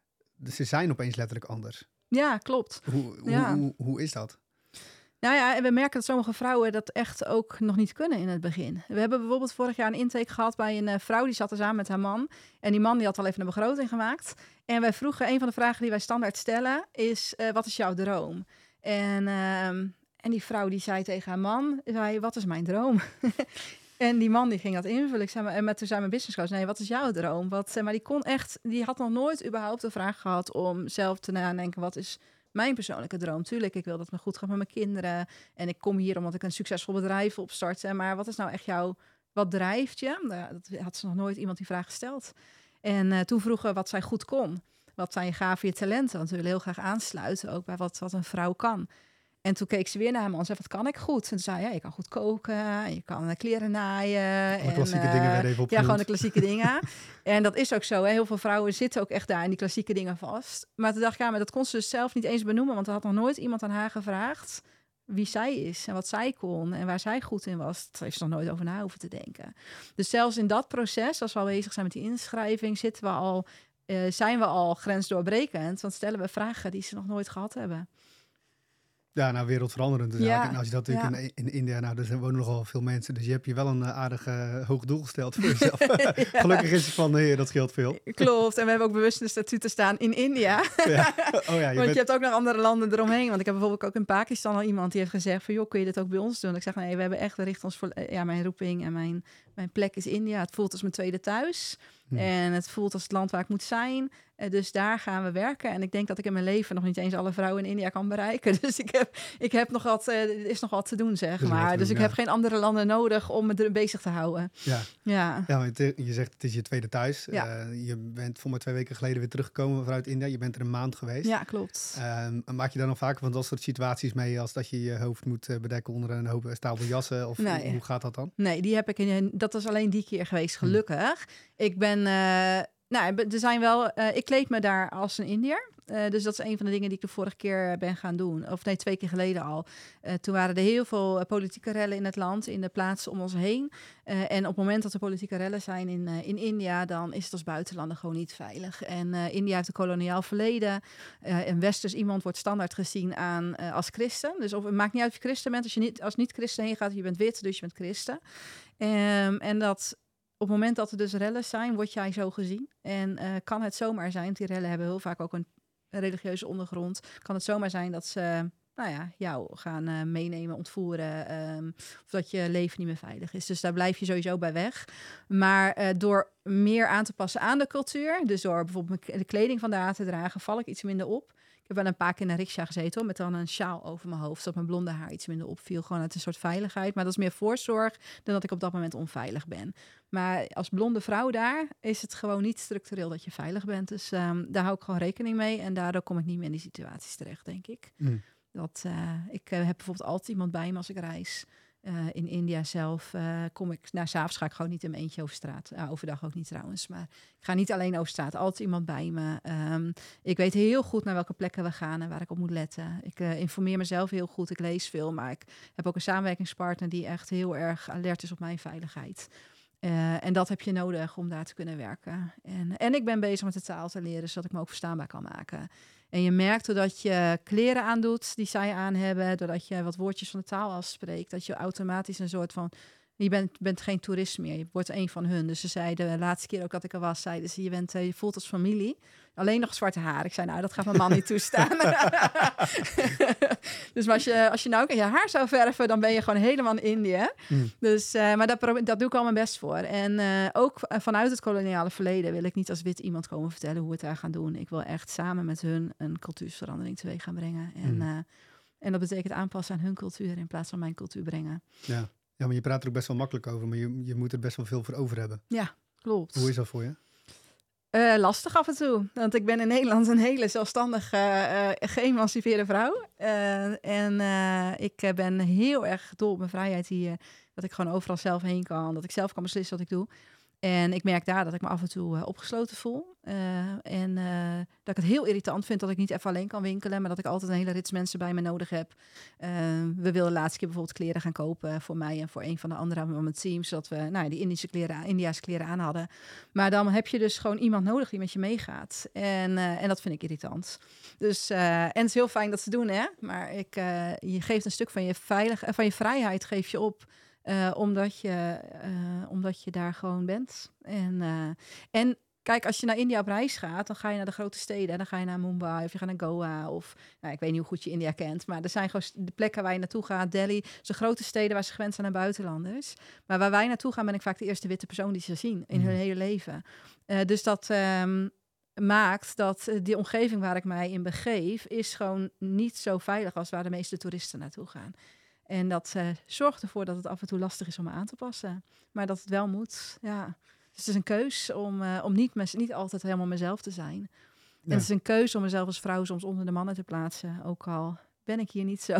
Ze zijn opeens letterlijk anders. Ja, klopt. Hoe, ja. hoe, hoe, hoe is dat? Nou ja, en we merken dat sommige vrouwen dat echt ook nog niet kunnen in het begin. We hebben bijvoorbeeld vorig jaar een intake gehad bij een uh, vrouw die zat er samen met haar man. En die man die had al even een begroting gemaakt. En wij vroegen, een van de vragen die wij standaard stellen is, uh, wat is jouw droom? En, uh, en die vrouw die zei tegen haar man, zei, wat is mijn droom? En die man die ging dat invullen. Ik zei, maar, en met, toen zei mijn business coach, nee, wat is jouw droom? Wat, maar die kon echt, die had nog nooit überhaupt de vraag gehad om zelf te nadenken, wat is mijn persoonlijke droom? Tuurlijk, ik wil dat het me goed gaat met mijn kinderen. En ik kom hier omdat ik een succesvol bedrijf opstart. Maar wat is nou echt jouw, wat drijft je? Nou, dat had ze nog nooit iemand die vraag gesteld. En uh, toen vroegen we wat zij goed kon. Wat zijn je gaven, je talenten? Want we willen heel graag aansluiten ook bij wat, wat een vrouw kan. En toen keek ze weer naar me en zei, wat kan ik goed? En toen zei ja, je kan goed koken, je kan kleren naaien. De klassieke en, dingen uh, werden even opgenoemd. Ja, gewoon de klassieke dingen. En dat is ook zo. Hè? Heel veel vrouwen zitten ook echt daar in die klassieke dingen vast. Maar toen dacht ik, ja, maar dat kon ze dus zelf niet eens benoemen. Want er had nog nooit iemand aan haar gevraagd wie zij is en wat zij kon en waar zij goed in was. Daar heeft ze nog nooit over na hoeven te denken. Dus zelfs in dat proces, als we al bezig zijn met die inschrijving, zitten we al, uh, zijn we al grensdoorbrekend. Want stellen we vragen die ze nog nooit gehad hebben. Ja, nou, wereldveranderend. Dus ja, en als je dat natuurlijk ja. in, in India, nou, er wonen nogal veel mensen. Dus je hebt je wel een uh, aardig uh, hoog doel gesteld voor jezelf. ja. Gelukkig is het van, de heer, dat scheelt veel. Klopt, en we hebben ook bewust een statuten staan in India. ja. oh, ja, je want bent... je hebt ook nog andere landen eromheen. Want ik heb bijvoorbeeld ook in Pakistan al iemand die heeft gezegd van, joh, kun je dit ook bij ons doen? Ik zeg, nee, we hebben echt, we richten ons voor, ja, mijn roeping en mijn, mijn plek is India. Het voelt als mijn tweede thuis. Hmm. En het voelt als het land waar ik moet zijn. Uh, dus daar gaan we werken. En ik denk dat ik in mijn leven nog niet eens alle vrouwen in India kan bereiken. Dus ik heb, ik heb nog wat, uh, er is nog wat te doen, zeg maar. Doen, dus ik ja. heb geen andere landen nodig om me er bezig te houden. Ja, ja. ja maar het, je zegt het is je tweede thuis. Ja. Uh, je bent voor mij twee weken geleden weer teruggekomen vanuit India. Je bent er een maand geweest. Ja, klopt. Uh, maak je daar nog vaker van dat soort situaties mee als dat je je hoofd moet uh, bedekken onder een hoop stapel jassen? Of nee. hoe gaat dat dan? Nee, die heb ik in, dat was alleen die keer geweest, gelukkig. Hmm. Ik ben... Uh, Nou, er zijn wel. Uh, ik kleed me daar als een Indiër. Uh, dus dat is een van de dingen die ik de vorige keer ben gaan doen. Of nee, twee keer geleden al. Uh, toen waren er heel veel uh, politieke rellen in het land, in de plaatsen om ons heen. Uh, en op het moment dat er politieke rellen zijn in, uh, in India, dan is het als buitenlander gewoon niet veilig. En uh, India heeft een koloniaal verleden. Uh, een westers iemand wordt standaard gezien aan uh, als christen. Dus of, het maakt niet uit of je christen bent. Als je niet, als niet christen heen gaat, je bent wit, dus je bent christen. Um, en dat... Op het moment dat er dus rellen zijn, word jij zo gezien. En uh, kan het zomaar zijn, want die rellen hebben heel vaak ook een religieuze ondergrond. Kan het zomaar zijn dat ze nou ja, jou gaan uh, meenemen, ontvoeren. Um, of dat je leven niet meer veilig is. Dus daar blijf je sowieso bij weg. Maar uh, door meer aan te passen aan de cultuur, dus door bijvoorbeeld de kleding vandaar te dragen, val ik iets minder op. Ik heb wel een paar keer in een riksja gezeten hoor, met dan een sjaal over mijn hoofd, zodat mijn blonde haar iets minder opviel. Gewoon uit een soort veiligheid. Maar dat is meer voorzorg dan dat ik op dat moment onveilig ben. Maar als blonde vrouw daar is het gewoon niet structureel dat je veilig bent. Dus um, daar hou ik gewoon rekening mee. En daardoor kom ik niet meer in die situaties terecht, denk ik. Mm. Dat, uh, ik uh, heb bijvoorbeeld altijd iemand bij me als ik reis. Uh, in India zelf uh, kom ik... Nou, 's avonds ga ik gewoon niet in mijn eentje over straat. Uh, overdag ook niet trouwens. Maar ik ga niet alleen over straat. Altijd iemand bij me. Um, ik weet heel goed naar welke plekken we gaan en waar ik op moet letten. Ik uh, informeer mezelf heel goed. Ik lees veel. Maar ik heb ook een samenwerkingspartner die echt heel erg alert is op mijn veiligheid. Uh, en dat heb je nodig om daar te kunnen werken. En, en ik ben bezig met de taal te leren, zodat ik me ook verstaanbaar kan maken. En je merkt doordat je kleren aandoet die zij aan hebben, doordat je wat woordjes van de taal afspreekt, dat je automatisch een soort van... Je bent, bent geen toerist meer, je wordt een van hun. Dus ze zeiden, de laatste keer ook dat ik er was, zeiden ze, je, bent, je voelt als familie. Alleen nog zwarte haar. Ik zei, nou, dat gaat mijn man niet toestaan. Dus maar als je, als je nou ook je haar zou verven, dan ben je gewoon helemaal in Indië. Mm. Dus, uh, maar dat, dat doe ik al mijn best voor. En uh, ook vanuit het koloniale verleden wil ik niet als wit iemand komen vertellen hoe we het daar gaan doen. Ik wil echt samen met hun een cultuurverandering teweeg gaan brengen. En, mm. uh, en dat betekent aanpassen aan hun cultuur in plaats van mijn cultuur brengen. Ja. Ja, maar je praat er ook best wel makkelijk over, maar je, je moet er best wel veel voor over hebben. Ja, klopt. Hoe is dat voor je? Uh, lastig af en toe, want ik ben in Nederland een hele zelfstandige, uh, geëmancipeerde vrouw. Uh, en uh, ik ben heel erg dol op mijn vrijheid hier, dat ik gewoon overal zelf heen kan, dat ik zelf kan beslissen wat ik doe. En ik merk daar dat ik me af en toe uh, opgesloten voel. Uh, en uh, dat ik het heel irritant vind dat ik niet even alleen kan winkelen, maar dat ik altijd een hele rits mensen bij me nodig heb. Uh, we wilden de laatste keer bijvoorbeeld kleren gaan kopen voor mij en voor een van de anderen van mijn team, zodat we nou, die Indische kleren, India's kleren aan hadden. Maar dan heb je dus gewoon iemand nodig die met je meegaat. En, uh, en dat vind ik irritant. Dus, uh, en het is heel fijn dat ze doen, hè? Maar ik, uh, je geeft een stuk van je, veilig, van je vrijheid geef je op. Uh, omdat, je, uh, omdat je daar gewoon bent. En, uh, en kijk, als je naar India op reis gaat, dan ga je naar de grote steden. Dan ga je naar Mumbai of je gaat naar Goa. Of nou, ik weet niet hoe goed je India kent. Maar er zijn gewoon de plekken waar je naartoe gaat. Delhi, de grote steden waar ze gewend zijn aan buitenlanders. Maar waar wij naartoe gaan, ben ik vaak de eerste witte persoon die ze zien in mm. hun hele leven. Uh, dus dat um, maakt dat uh, die omgeving waar ik mij in begeef, is gewoon niet zo veilig als waar de meeste toeristen naartoe gaan. En dat uh, zorgt ervoor dat het af en toe lastig is om me aan te passen. Maar dat het wel moet, ja. Dus het is een keus om, uh, om niet, mes- niet altijd helemaal mezelf te zijn. Ja. En het is een keus om mezelf als vrouw soms onder de mannen te plaatsen. Ook al ben ik hier niet zo.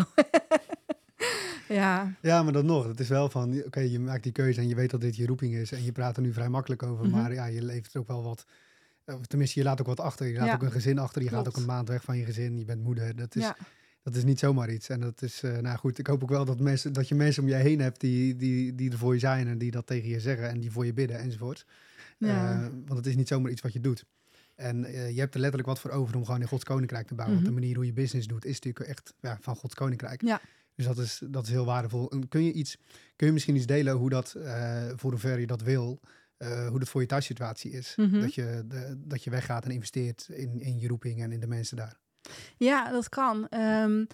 ja. ja, maar dan nog. Het is wel van, oké, okay, je maakt die keuze en je weet dat dit je roeping is. En je praat er nu vrij makkelijk over. Mm-hmm. Maar ja, je levert ook wel wat... Tenminste, je laat ook wat achter. Je laat ja. ook een gezin achter. Je Klopt. gaat ook een maand weg van je gezin. Je bent moeder. Dat is... Ja. Dat is niet zomaar iets. En dat is, uh, nou goed, ik hoop ook wel dat, mensen, dat je mensen om je heen hebt die, die, die er voor je zijn en die dat tegen je zeggen en die voor je bidden enzovoort. Ja. Uh, want het is niet zomaar iets wat je doet. En uh, je hebt er letterlijk wat voor over om gewoon in Gods Koninkrijk te bouwen. Mm-hmm. Want de manier hoe je business doet is natuurlijk echt ja, van Gods Koninkrijk. Ja. Dus dat is, dat is heel waardevol. En kun je, iets, kun je misschien iets delen hoe dat, uh, voor hoever je dat wil, uh, hoe dat voor je thuissituatie is? Mm-hmm. Dat, je, de, dat je weggaat en investeert in, in je roeping en in de mensen daar. Ja, dat kan. Um,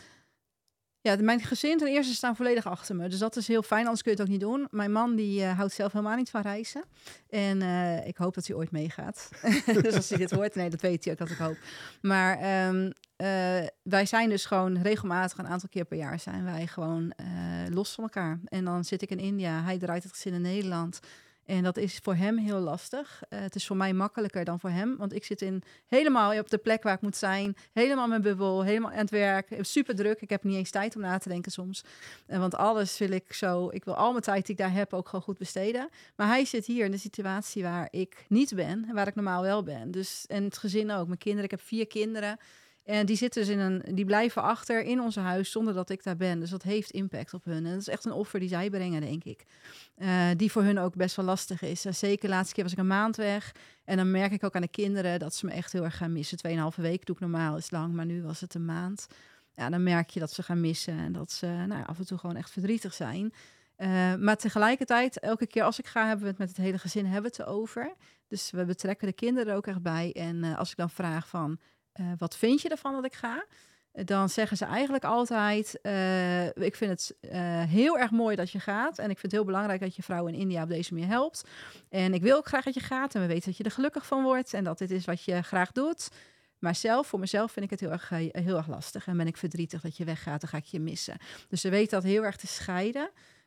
ja, mijn gezin ten eerste staan volledig achter me. Dus dat is heel fijn, anders kun je het ook niet doen. Mijn man die uh, houdt zelf helemaal niet van reizen. En uh, ik hoop dat hij ooit meegaat. Dus als hij dit hoort, nee, dat weet hij ook dat ik hoop. Maar um, uh, wij zijn dus gewoon regelmatig, een aantal keer per jaar zijn wij gewoon uh, los van elkaar. En dan zit ik in India, hij draait het gezin in Nederland. En dat is voor hem heel lastig. Uh, het is voor mij makkelijker dan voor hem. Want ik zit in helemaal op de plek waar ik moet zijn. Helemaal mijn bubbel, helemaal aan het werk. Super druk. Ik heb niet eens tijd om na te denken soms. Uh, want alles wil ik zo... Ik wil al mijn tijd die ik daar heb ook gewoon goed besteden. Maar hij zit hier in de situatie waar ik niet ben. En waar ik normaal wel ben. Dus, en het gezin ook. Mijn kinderen, ik heb vier kinderen. En die zitten dus in een, die blijven achter in ons huis zonder dat ik daar ben. Dus dat heeft impact op hun. En dat is echt een offer die zij brengen, denk ik. Uh, die voor hun ook best wel lastig is. Uh, zeker de laatste keer was ik een maand weg. En dan merk ik ook aan de kinderen dat ze me echt heel erg gaan missen. Tweeënhalve week doe ik normaal, is lang. Maar nu was het een maand. Ja, dan merk je dat ze gaan missen. En dat ze nou, af en toe gewoon echt verdrietig zijn. Uh, maar tegelijkertijd, elke keer als ik ga, hebben we het met het hele gezin hebben het erover. Dus we betrekken de kinderen er ook echt bij. En uh, als ik dan vraag van... Uh, wat vind je ervan dat ik ga? Uh, dan zeggen ze eigenlijk altijd... Uh, ik vind het uh, heel erg mooi dat je gaat. En ik vind het heel belangrijk dat je vrouw in India op deze manier helpt. En ik wil ook graag dat je gaat. En we weten dat je er gelukkig van wordt. En dat dit is wat je graag doet. Maar zelf, voor mezelf vind ik het heel erg, uh, heel erg lastig. En ben ik verdrietig dat je weggaat. Dan ga ik je missen. Dus ze weten dat heel erg te scheiden.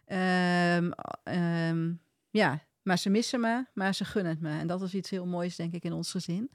Um, um, ja, maar ze missen me. Maar ze gunnen het me. En dat is iets heel moois, denk ik, in ons gezin.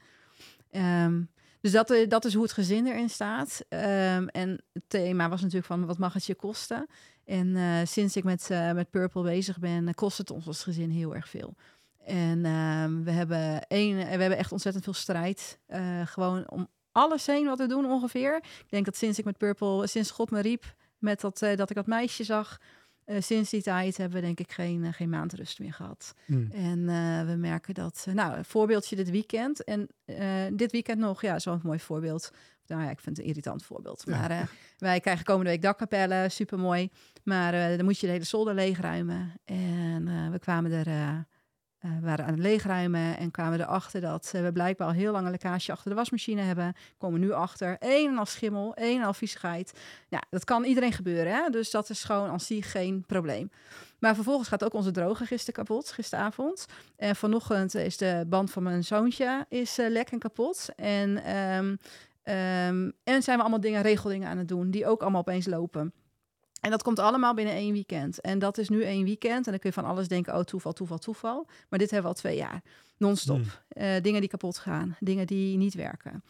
Um, Dus dat, dat is hoe het gezin erin staat. Um, en het thema was natuurlijk van, wat mag het je kosten? En uh, sinds ik met, uh, met Purple bezig ben, kost het ons als gezin heel erg veel. En um, we, hebben een, we hebben echt ontzettend veel strijd. Uh, gewoon om alles heen wat we doen ongeveer. Ik denk dat sinds ik met Purple, sinds God me riep, met dat, uh, dat ik dat meisje zag... Uh, sinds die tijd hebben we denk ik geen, uh, geen maand rust meer gehad. Mm. En uh, we merken dat... Uh, nou, een voorbeeldje dit weekend. En uh, dit weekend nog, ja, zo'n mooi voorbeeld. Nou ja, ik vind het een irritant voorbeeld. Ja. Maar uh, wij krijgen komende week dakkapellen, supermooi. Maar uh, dan moet je de hele zolder leegruimen. En uh, we kwamen er... Uh, Uh, we waren aan het leegruimen en kwamen erachter dat uh, we blijkbaar al heel lang een lekkage achter de wasmachine hebben. Komen nu achter. Een en al schimmel, een en al viezigheid. Ja, dat kan iedereen gebeuren, hè? Dus dat is gewoon aan zich geen probleem. Maar vervolgens gaat ook onze droger gisteren kapot, gisteravond. En vanochtend is de band van mijn zoontje is, uh, lek en kapot. En, um, um, en zijn we allemaal dingen, regeldingen aan het doen, die ook allemaal opeens lopen. En dat komt allemaal binnen één weekend. En dat is nu één weekend. En dan kun je van alles denken, oh, toeval, toeval, toeval. Maar dit hebben we al twee jaar. Non-stop. Mm. Uh, dingen die kapot gaan. Dingen die niet werken.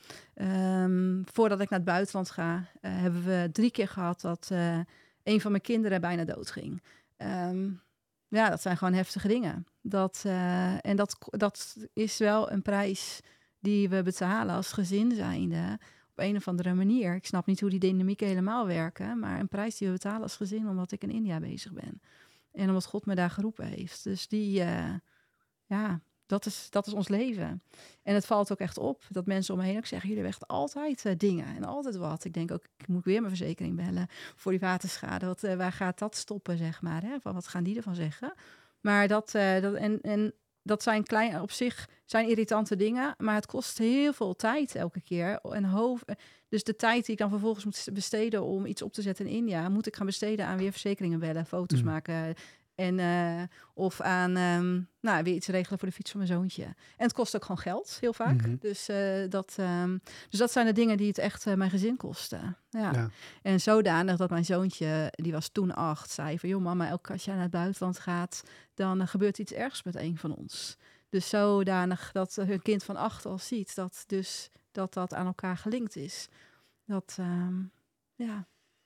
Um, voordat ik naar het buitenland ga, uh, hebben we drie keer gehad dat uh, een van mijn kinderen bijna doodging. Um, ja, dat zijn gewoon heftige dingen. Dat, uh, en dat, dat is wel een prijs die we betalen als gezin zijnde... op een of andere manier. Ik snap niet hoe die dynamieken helemaal werken, maar een prijs die we betalen als gezin omdat ik in India bezig ben. En omdat God me daar geroepen heeft. Dus die, uh, ja, dat is, dat is ons leven. En het valt ook echt op dat mensen om me heen ook zeggen, jullie hebben echt altijd uh, dingen en altijd wat. Ik denk ook, ik moet weer mijn verzekering bellen voor die waterschade. Wat, uh, waar gaat dat stoppen, zeg maar? Hè? Van, wat gaan die ervan zeggen? Maar dat, uh, dat en, en dat zijn klein, op zich zijn irritante dingen, maar het kost heel veel tijd elke keer. En hoofd, dus de tijd die ik dan vervolgens moet besteden om iets op te zetten in India, moet ik gaan besteden aan weer verzekeringen bellen, foto's mm. maken. En, uh, of aan um, nou, weer iets regelen voor de fiets van mijn zoontje. En het kost ook gewoon geld, heel vaak. Mm-hmm. Dus, uh, dat, um, dus dat zijn de dingen die het echt uh, mijn gezin kosten. Ja. Ja. En zodanig dat mijn zoontje, die was toen acht, zei van... joh mama, elke keer als jij naar het buitenland gaat... dan uh, gebeurt iets ergs met een van ons. Dus zodanig dat uh, hun kind van acht al ziet... dat dus dat, dat aan elkaar gelinkt is. Dat, um, ja...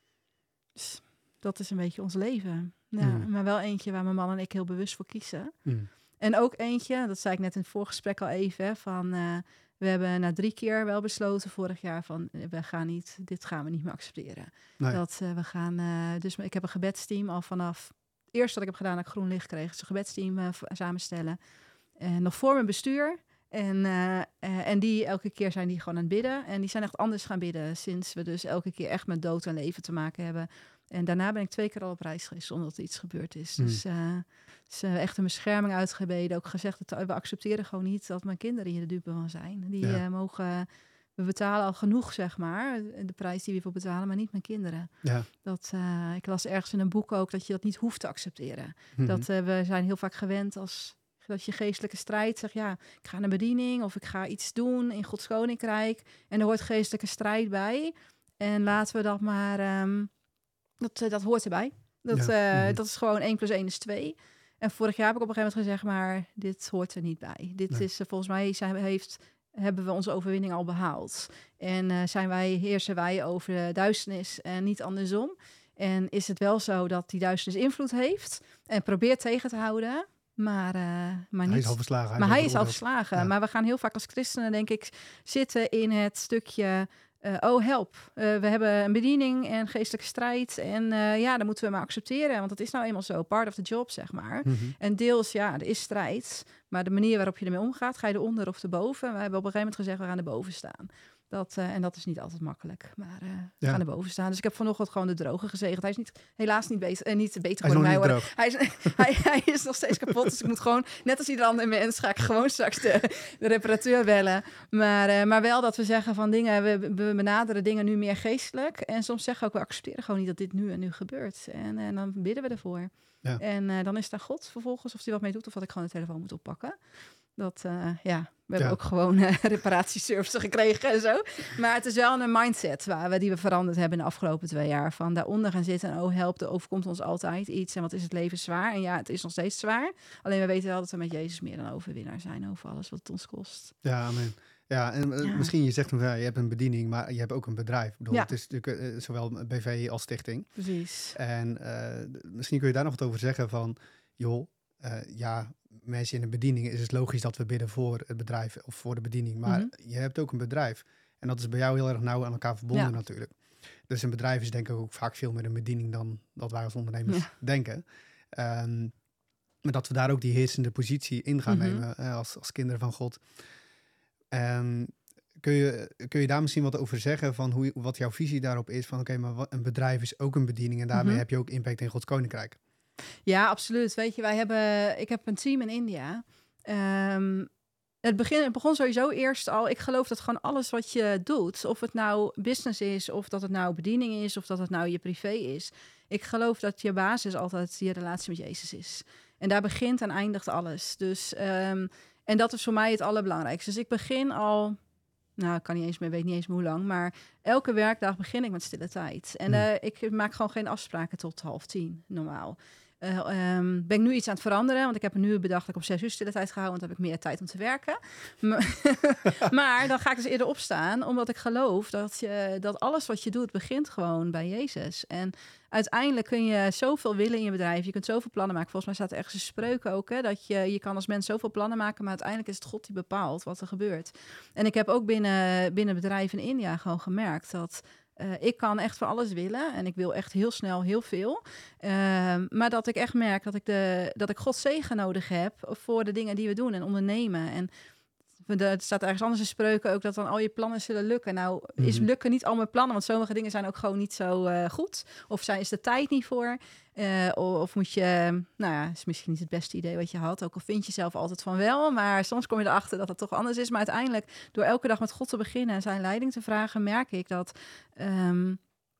Dus dat is een beetje ons leven. Ja, mm. Maar wel eentje waar mijn man en ik heel bewust voor kiezen. Mm. En ook eentje, dat zei ik net in het voorgesprek al even... van uh, we hebben na drie keer wel besloten vorig jaar... van we gaan niet, dit gaan we niet meer accepteren. Nee. Dat uh, we gaan... Uh, dus ik heb een gebedsteam al vanaf... het eerste wat ik heb gedaan dat ik groen licht kreeg... is een gebedsteam uh, samenstellen. En nog voor mijn bestuur... En, uh, uh, en die elke keer zijn die gewoon aan het bidden. En die zijn echt anders gaan bidden... sinds we dus elke keer echt met dood en leven te maken hebben... En daarna ben ik twee keer al op reis geweest zonder dat er iets gebeurd is. Mm. Dus, uh, dus uh, echt een bescherming uitgebeden. Ook gezegd, dat we accepteren gewoon niet dat mijn kinderen hier de dupe van zijn. Die ja. uh, mogen, we betalen al genoeg, zeg maar, de prijs die we voor betalen, maar niet mijn kinderen. Ja. Dat, uh, ik las ergens in een boek ook dat je dat niet hoeft te accepteren. Mm-hmm. Dat uh, we zijn heel vaak gewend als... dat je geestelijke strijd zegt, ja, ik ga naar bediening... of ik ga iets doen in Gods Koninkrijk... en er hoort geestelijke strijd bij. En laten we dat maar... Um, Dat, uh, dat hoort erbij. Dat, ja. uh, mm-hmm. dat is gewoon één plus één is twee. En vorig jaar heb ik op een gegeven moment gezegd... maar dit hoort er niet bij. Dit nee. is uh, volgens mij zijn, heeft, hebben we onze overwinning al behaald. En uh, zijn wij, heersen wij over de duisternis en niet andersom. En is het wel zo dat die duisternis invloed heeft... en probeert tegen te houden... Maar, uh, maar, niet, hij is al verslagen. Hij maar is hij is al verslagen. Ja. Maar we gaan heel vaak als christenen, denk ik... zitten in het stukje... Uh, oh, help. Uh, we hebben een bediening en geestelijke strijd. En uh, ja, dat moeten we maar accepteren. Want dat is nou eenmaal zo. Part of the job, zeg maar. Mm-hmm. En deels, ja, er is strijd. Maar de manier waarop je ermee omgaat... ga je eronder of erboven. We hebben op een gegeven moment gezegd... we gaan erboven staan. Dat, uh, en dat is niet altijd makkelijk. Maar uh, we ja. gaan erboven staan. Dus ik heb vanochtend gewoon de droge gezegend. Hij is niet, helaas niet, beter, uh, niet beter geworden. Hij is, mij, hij, is, hij, hij is nog steeds kapot. Dus ik moet gewoon, net als ieder ander mens... ga ik gewoon straks de, de reparateur bellen. Maar, uh, maar wel dat we zeggen van dingen... We, we benaderen dingen nu meer geestelijk. En soms zeggen we ook, we accepteren gewoon niet... dat dit nu en nu gebeurt. En, en dan bidden we ervoor. Ja. En uh, dan is het aan God vervolgens... of hij wat mee doet... of dat ik gewoon de telefoon moet oppakken. Dat, uh, ja, we hebben ja. ook gewoon uh, reparatieservice gekregen en zo. Maar het is wel een mindset waar we, die we veranderd hebben in de afgelopen twee jaar. Van daaronder gaan zitten en oh help, er overkomt ons altijd iets. En wat is het leven zwaar? En ja, het is nog steeds zwaar. Alleen we weten wel dat we met Jezus meer dan overwinnaar zijn over alles wat het ons kost. Ja, amen. Ja, en uh, ja. misschien je zegt van ja, je hebt een bediening, maar je hebt ook een bedrijf. Ik bedoel, ja. Het is natuurlijk uh, zowel B V als stichting. Precies. En uh, misschien kun je daar nog wat over zeggen van, joh, uh, ja... mensen in een bediening is het logisch dat we bidden voor het bedrijf of voor de bediening. Maar mm-hmm. je hebt ook een bedrijf. En dat is bij jou heel erg nauw aan elkaar verbonden ja. natuurlijk. Dus een bedrijf is denk ik ook vaak veel meer een bediening dan dat wij als ondernemers ja. denken. Um, maar dat we daar ook die heersende positie in gaan mm-hmm. nemen uh, als, als kinderen van God. Um, kun, je, kun je daar misschien wat over zeggen van hoe, wat jouw visie daarop is? Van oké, okay, maar wat, een bedrijf is ook een bediening en daarmee mm-hmm. heb je ook impact in Gods Koninkrijk. Ja, absoluut. Weet je, wij hebben, ik heb een team in India. Um, het, begin, het begon sowieso eerst al. Ik geloof dat gewoon alles wat je doet, of het nou business is, of dat het nou bediening is, of dat het nou je privé is. Ik geloof dat je basis altijd je relatie met Jezus is. En daar begint en eindigt alles. Dus, um, en dat is voor mij het allerbelangrijkste. Dus ik begin al... Nou, ik kan niet eens meer, weet niet eens meer hoe lang. Maar elke werkdag begin ik met stille tijd. En uh, ik maak gewoon geen afspraken tot half tien, normaal. Uh, um, ben ik nu iets aan het veranderen, want ik heb nu bedacht dat ik op zes uur stille tijd ga houden, want dan heb ik meer tijd om te werken. Maar dan ga ik dus eerder opstaan, omdat ik geloof dat, je, dat alles wat je doet begint gewoon bij Jezus. En uiteindelijk kun je zoveel willen in je bedrijf, je kunt zoveel plannen maken. Volgens mij staat er ergens een spreuk ook, hè, dat je, je kan als mens zoveel plannen maken, maar uiteindelijk is het God die bepaalt wat er gebeurt. En ik heb ook binnen, binnen bedrijven in India gewoon gemerkt dat... Uh, ik kan echt voor alles willen en ik wil echt heel snel heel veel. Uh, maar dat ik echt merk dat ik, de, dat ik Gods zegen nodig heb voor de dingen die we doen en ondernemen. En Er staat ergens anders in Spreuken ook dat dan al je plannen zullen lukken. Nou, is Mm-hmm. lukken niet al mijn plannen, want sommige dingen zijn ook gewoon niet zo uh, goed. Of zijn, is de tijd niet voor. Uh, of, of moet je, nou ja, is misschien niet het beste idee wat je had. Ook al vind je zelf altijd van wel, maar soms kom je erachter dat het toch anders is. Maar uiteindelijk, door elke dag met God te beginnen en zijn leiding te vragen, merk ik dat... Um,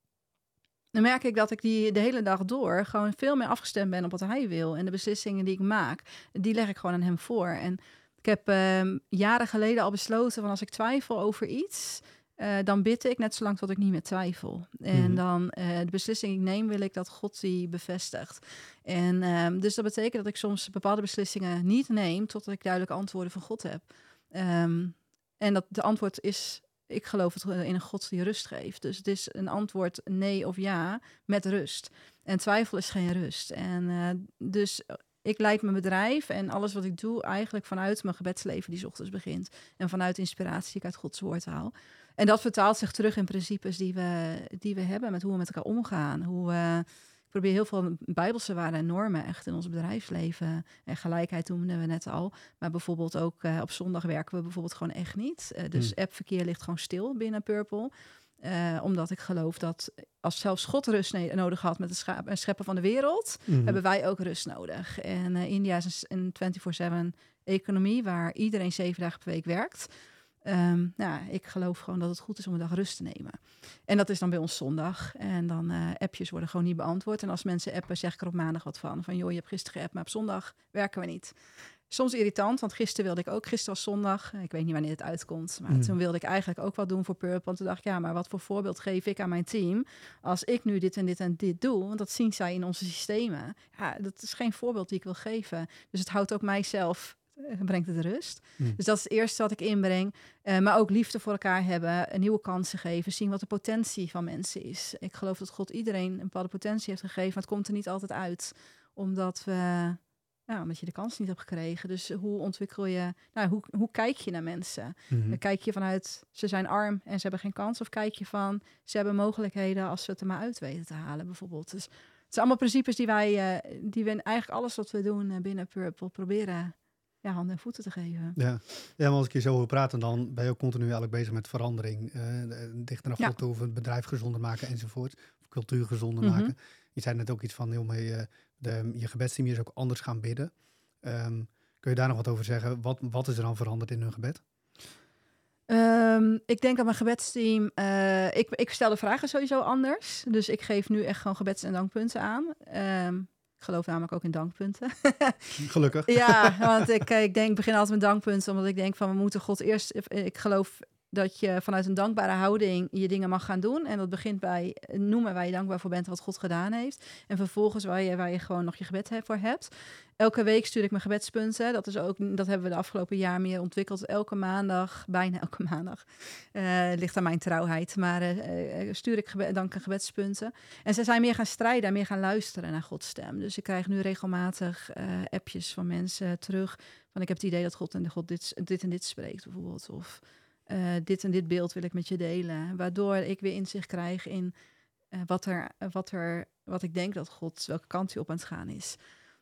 dan merk ik dat ik die de hele dag door gewoon veel meer afgestemd ben op wat hij wil. En de beslissingen die ik maak, die leg ik gewoon aan hem voor. En ik heb uh, jaren geleden al besloten van als ik twijfel over iets, uh, dan bid ik net zolang tot ik niet meer twijfel. En mm-hmm. dan uh, de beslissing die ik neem, wil ik dat God die bevestigt. En uh, dus dat betekent dat ik soms bepaalde beslissingen niet neem totdat ik duidelijke antwoorden van God heb. Um, en dat de antwoord is... Ik geloof het in een God die rust geeft. Dus het is een antwoord nee of ja met rust. En twijfel is geen rust. En uh, dus ik leid mijn bedrijf en alles wat ik doe eigenlijk vanuit mijn gebedsleven die 's ochtends begint. En vanuit de inspiratie die ik uit Gods woord haal. En dat vertaalt zich terug in principes die we, die we hebben met hoe we met elkaar omgaan. Hoe we... Ik probeer heel veel bijbelse waarden en normen echt in ons bedrijfsleven. En gelijkheid noemden we net al. Maar bijvoorbeeld ook uh, op zondag werken we bijvoorbeeld gewoon echt niet. Uh, dus hmm. appverkeer ligt gewoon stil binnen Purple. Uh, omdat ik geloof dat als zelfs God rust ne- nodig had met het scha- scheppen van de wereld, mm-hmm. hebben wij ook rust nodig. En uh, India is een vierentwintig zeven economie waar iedereen zeven dagen per week werkt. Um, nou, ik geloof gewoon dat het goed is om een dag rust te nemen. En dat is dan bij ons zondag. En dan uh, appjes worden gewoon niet beantwoord. En als mensen appen, zeg ik er op maandag wat van. Van joh, je hebt gisteren geappt, maar op zondag werken we niet. Soms irritant, want gisteren wilde ik ook, gisteren was zondag. Ik weet niet wanneer het uitkomt. Maar mm. toen wilde ik eigenlijk ook wat doen voor Purple. Want toen dacht ik, ja, maar wat voor voorbeeld geef ik aan mijn team als ik nu dit en dit en dit doe? Want dat zien zij in onze systemen. Ja, dat is geen voorbeeld die ik wil geven. Dus het houdt ook mijzelf... brengt het rust. Mm. Dus dat is het eerste wat ik inbreng. Uh, maar ook liefde voor elkaar hebben, nieuwe kansen geven, zien wat de potentie van mensen is. Ik geloof dat God iedereen een bepaalde potentie heeft gegeven, maar het komt er niet altijd uit. Omdat we, nou, omdat je de kans niet hebt gekregen. Dus hoe ontwikkel je, nou, hoe, hoe kijk je naar mensen? Mm-hmm. Dan kijk je vanuit, ze zijn arm en ze hebben geen kans, of kijk je van, ze hebben mogelijkheden als ze het er maar uit weten te halen, bijvoorbeeld. Dus het zijn allemaal principes die wij, uh, die we in eigenlijk alles wat we doen uh, binnen Purple proberen ja, handen en voeten te geven. Ja. ja, maar als ik je zo wil praten, dan ben je ook continu eigenlijk bezig met verandering. Uh, dichter naar God toe, of het bedrijf gezonder maken enzovoort. Of cultuur gezonder mm-hmm. maken. Je zei net ook iets van, heel mee, uh, de, je gebedsteam is ook anders gaan bidden. Um, kun je daar nog wat over zeggen? Wat, wat is er dan veranderd in hun gebed? Um, ik denk dat mijn gebedsteam... Uh, ik, ik stel de vragen sowieso anders. Dus ik geef nu echt gewoon gebeds- en dankpunten aan. Um, Ik geloof namelijk ook in dankpunten. Gelukkig. Ja, want ik, ik denk, ik begin altijd met dankpunten, omdat ik denk van we moeten God eerst... Ik geloof dat je vanuit een dankbare houding je dingen mag gaan doen. En dat begint bij noemen waar je dankbaar voor bent wat God gedaan heeft. En vervolgens waar je, waar je gewoon nog je gebed voor hebt. Elke week stuur ik mijn gebedspunten. Dat is ook, dat hebben we de afgelopen jaar meer ontwikkeld. Elke maandag, bijna elke maandag, uh, ligt aan mijn trouwheid. Maar uh, stuur ik gebe- dan gebedspunten. En ze zijn meer gaan strijden en meer gaan luisteren naar Gods stem. Dus ik krijg nu regelmatig uh, appjes van mensen terug. Van ik heb het idee dat God en God dit, dit en dit spreekt bijvoorbeeld. Of uh, dit en dit beeld wil ik met je delen. Waardoor ik weer inzicht krijg in uh, wat, er, wat, er, wat ik denk dat God, welke kant hij op aan het gaan is.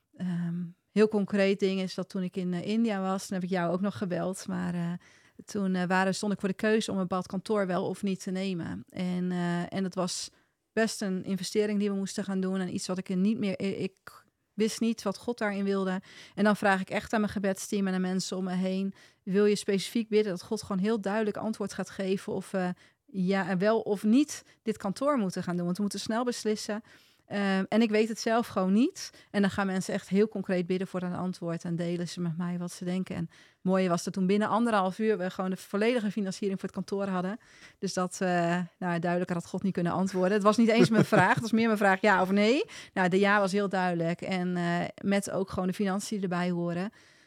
Um, heel concreet ding is dat toen ik in uh, India was, dan heb ik jou ook nog gebeld, maar uh, toen uh, waren, stond ik voor de keuze om een bepaald kantoor wel of niet te nemen. En, uh, en het was best een investering die we moesten gaan doen en iets wat ik er niet meer, ik wist niet wat God daarin wilde. En dan vraag ik echt aan mijn gebedsteam en aan mensen om me heen, wil je specifiek bidden dat God gewoon heel duidelijk antwoord gaat geven of we uh, ja, wel of niet dit kantoor moeten gaan doen, want we moeten snel beslissen. Uh, en ik weet het zelf gewoon niet. En dan gaan mensen echt heel concreet bidden voor een antwoord. En delen ze met mij wat ze denken. En het mooie was dat toen binnen anderhalf uur we gewoon de volledige financiering voor het kantoor hadden. Dus dat, uh, nou duidelijker had God niet kunnen antwoorden. Het was niet eens mijn vraag. Het was meer mijn vraag ja of nee. Nou, de ja was heel duidelijk. En uh, met ook gewoon de financiën erbij horen.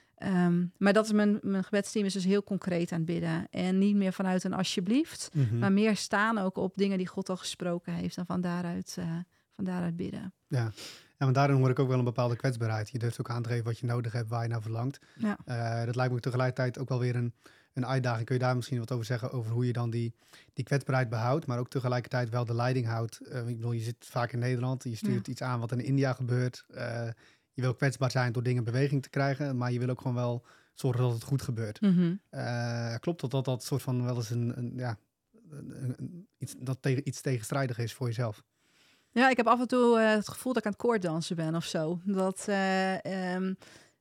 Um, maar dat is mijn, mijn gebedsteam is dus heel concreet aan het bidden. En niet meer vanuit een alsjeblieft. Mm-hmm. Maar meer staan ook op dingen die God al gesproken heeft. En van daaruit... Uh, Van daaruit bidden. Ja, en daarin hoor ik ook wel een bepaalde kwetsbaarheid. Je durft ook aan te geven wat je nodig hebt, waar je naar verlangt. Ja. Uh, dat lijkt me tegelijkertijd ook wel weer een, een uitdaging. Kun je daar misschien wat over zeggen, over hoe je dan die, die kwetsbaarheid behoudt, maar ook tegelijkertijd wel de leiding houdt. Uh, ik bedoel, je zit vaak in Nederland, je stuurt ja. iets aan wat in India gebeurt. Uh, je wil kwetsbaar zijn door dingen in beweging te krijgen, maar je wil ook gewoon wel zorgen dat het goed gebeurt. Mm-hmm. Uh, klopt dat dat dat soort van wel eens een, een ja, een, een, iets, dat tegen, iets tegenstrijdig is voor jezelf? Ja, ik heb af en toe uh, het gevoel dat ik aan het koorddansen ben of zo. Dat, uh, um,